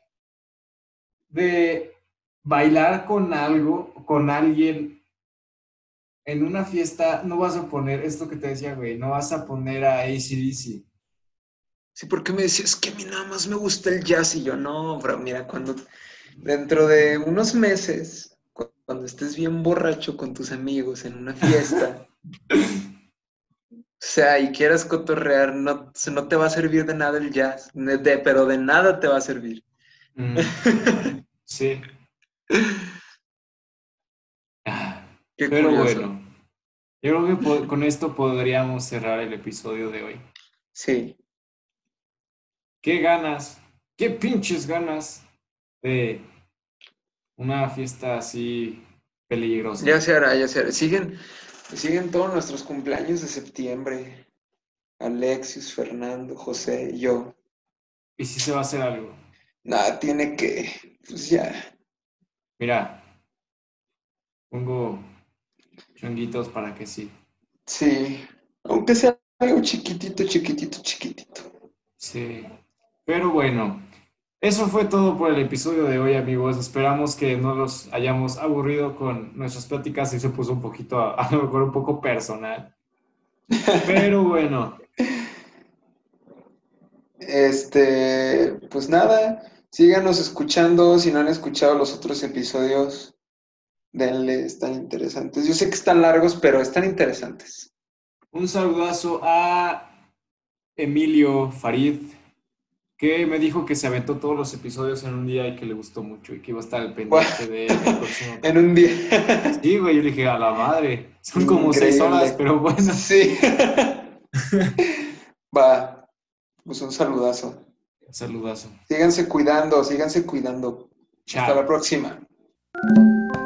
de bailar con algo, con alguien en una fiesta, no vas a poner esto que te decía, güey, no vas a poner a A C/D C. sí, porque me decías, es que a mí nada más me gusta el jazz. Y yo, no, bro, mira, cuando dentro de unos meses, cu- cuando estés bien borracho con tus amigos en una fiesta, o sea, y quieras cotorrear, no, no te va a servir de nada el jazz, de- de- pero de nada te va a servir. Mm, sí. Ah, Qué pero curioso. bueno, yo creo que po- con esto podríamos cerrar el episodio de hoy. Sí, ¿Qué ganas? ¿Qué pinches ganas de una fiesta así ya peligrosa? se hará, ya se hará. Siguen, siguen todos nuestros cumpleaños de septiembre. Alexios, Fernando, José, yo. ¿Y si se va a hacer algo? Nada, tiene que, pues ya. Mira, pongo chonguitos para que sí. Sí, aunque sea algo chiquitito, chiquitito, chiquitito. Sí. Pero bueno, eso fue todo por el episodio de hoy, amigos. Esperamos que no los hayamos aburrido con nuestras pláticas y se puso un poquito, a, a lo mejor un poco personal. Pero bueno, Este, pues nada, síganos escuchando. Si no han escuchado los otros episodios, denle, están interesantes. Yo sé que están largos, pero están interesantes. un saludazo a Emilio Farid, que me dijo que se aventó todos los episodios en un día y que le gustó mucho y que iba a estar al pendiente del próximo En un capítulo. día. Sí, güey, yo le dije, a la madre, son como seis horas, Increíble. pero bueno. Sí. Va. Pues un saludazo. Saludazo. Síganse cuidando, síganse cuidando. Hasta Chao. la próxima.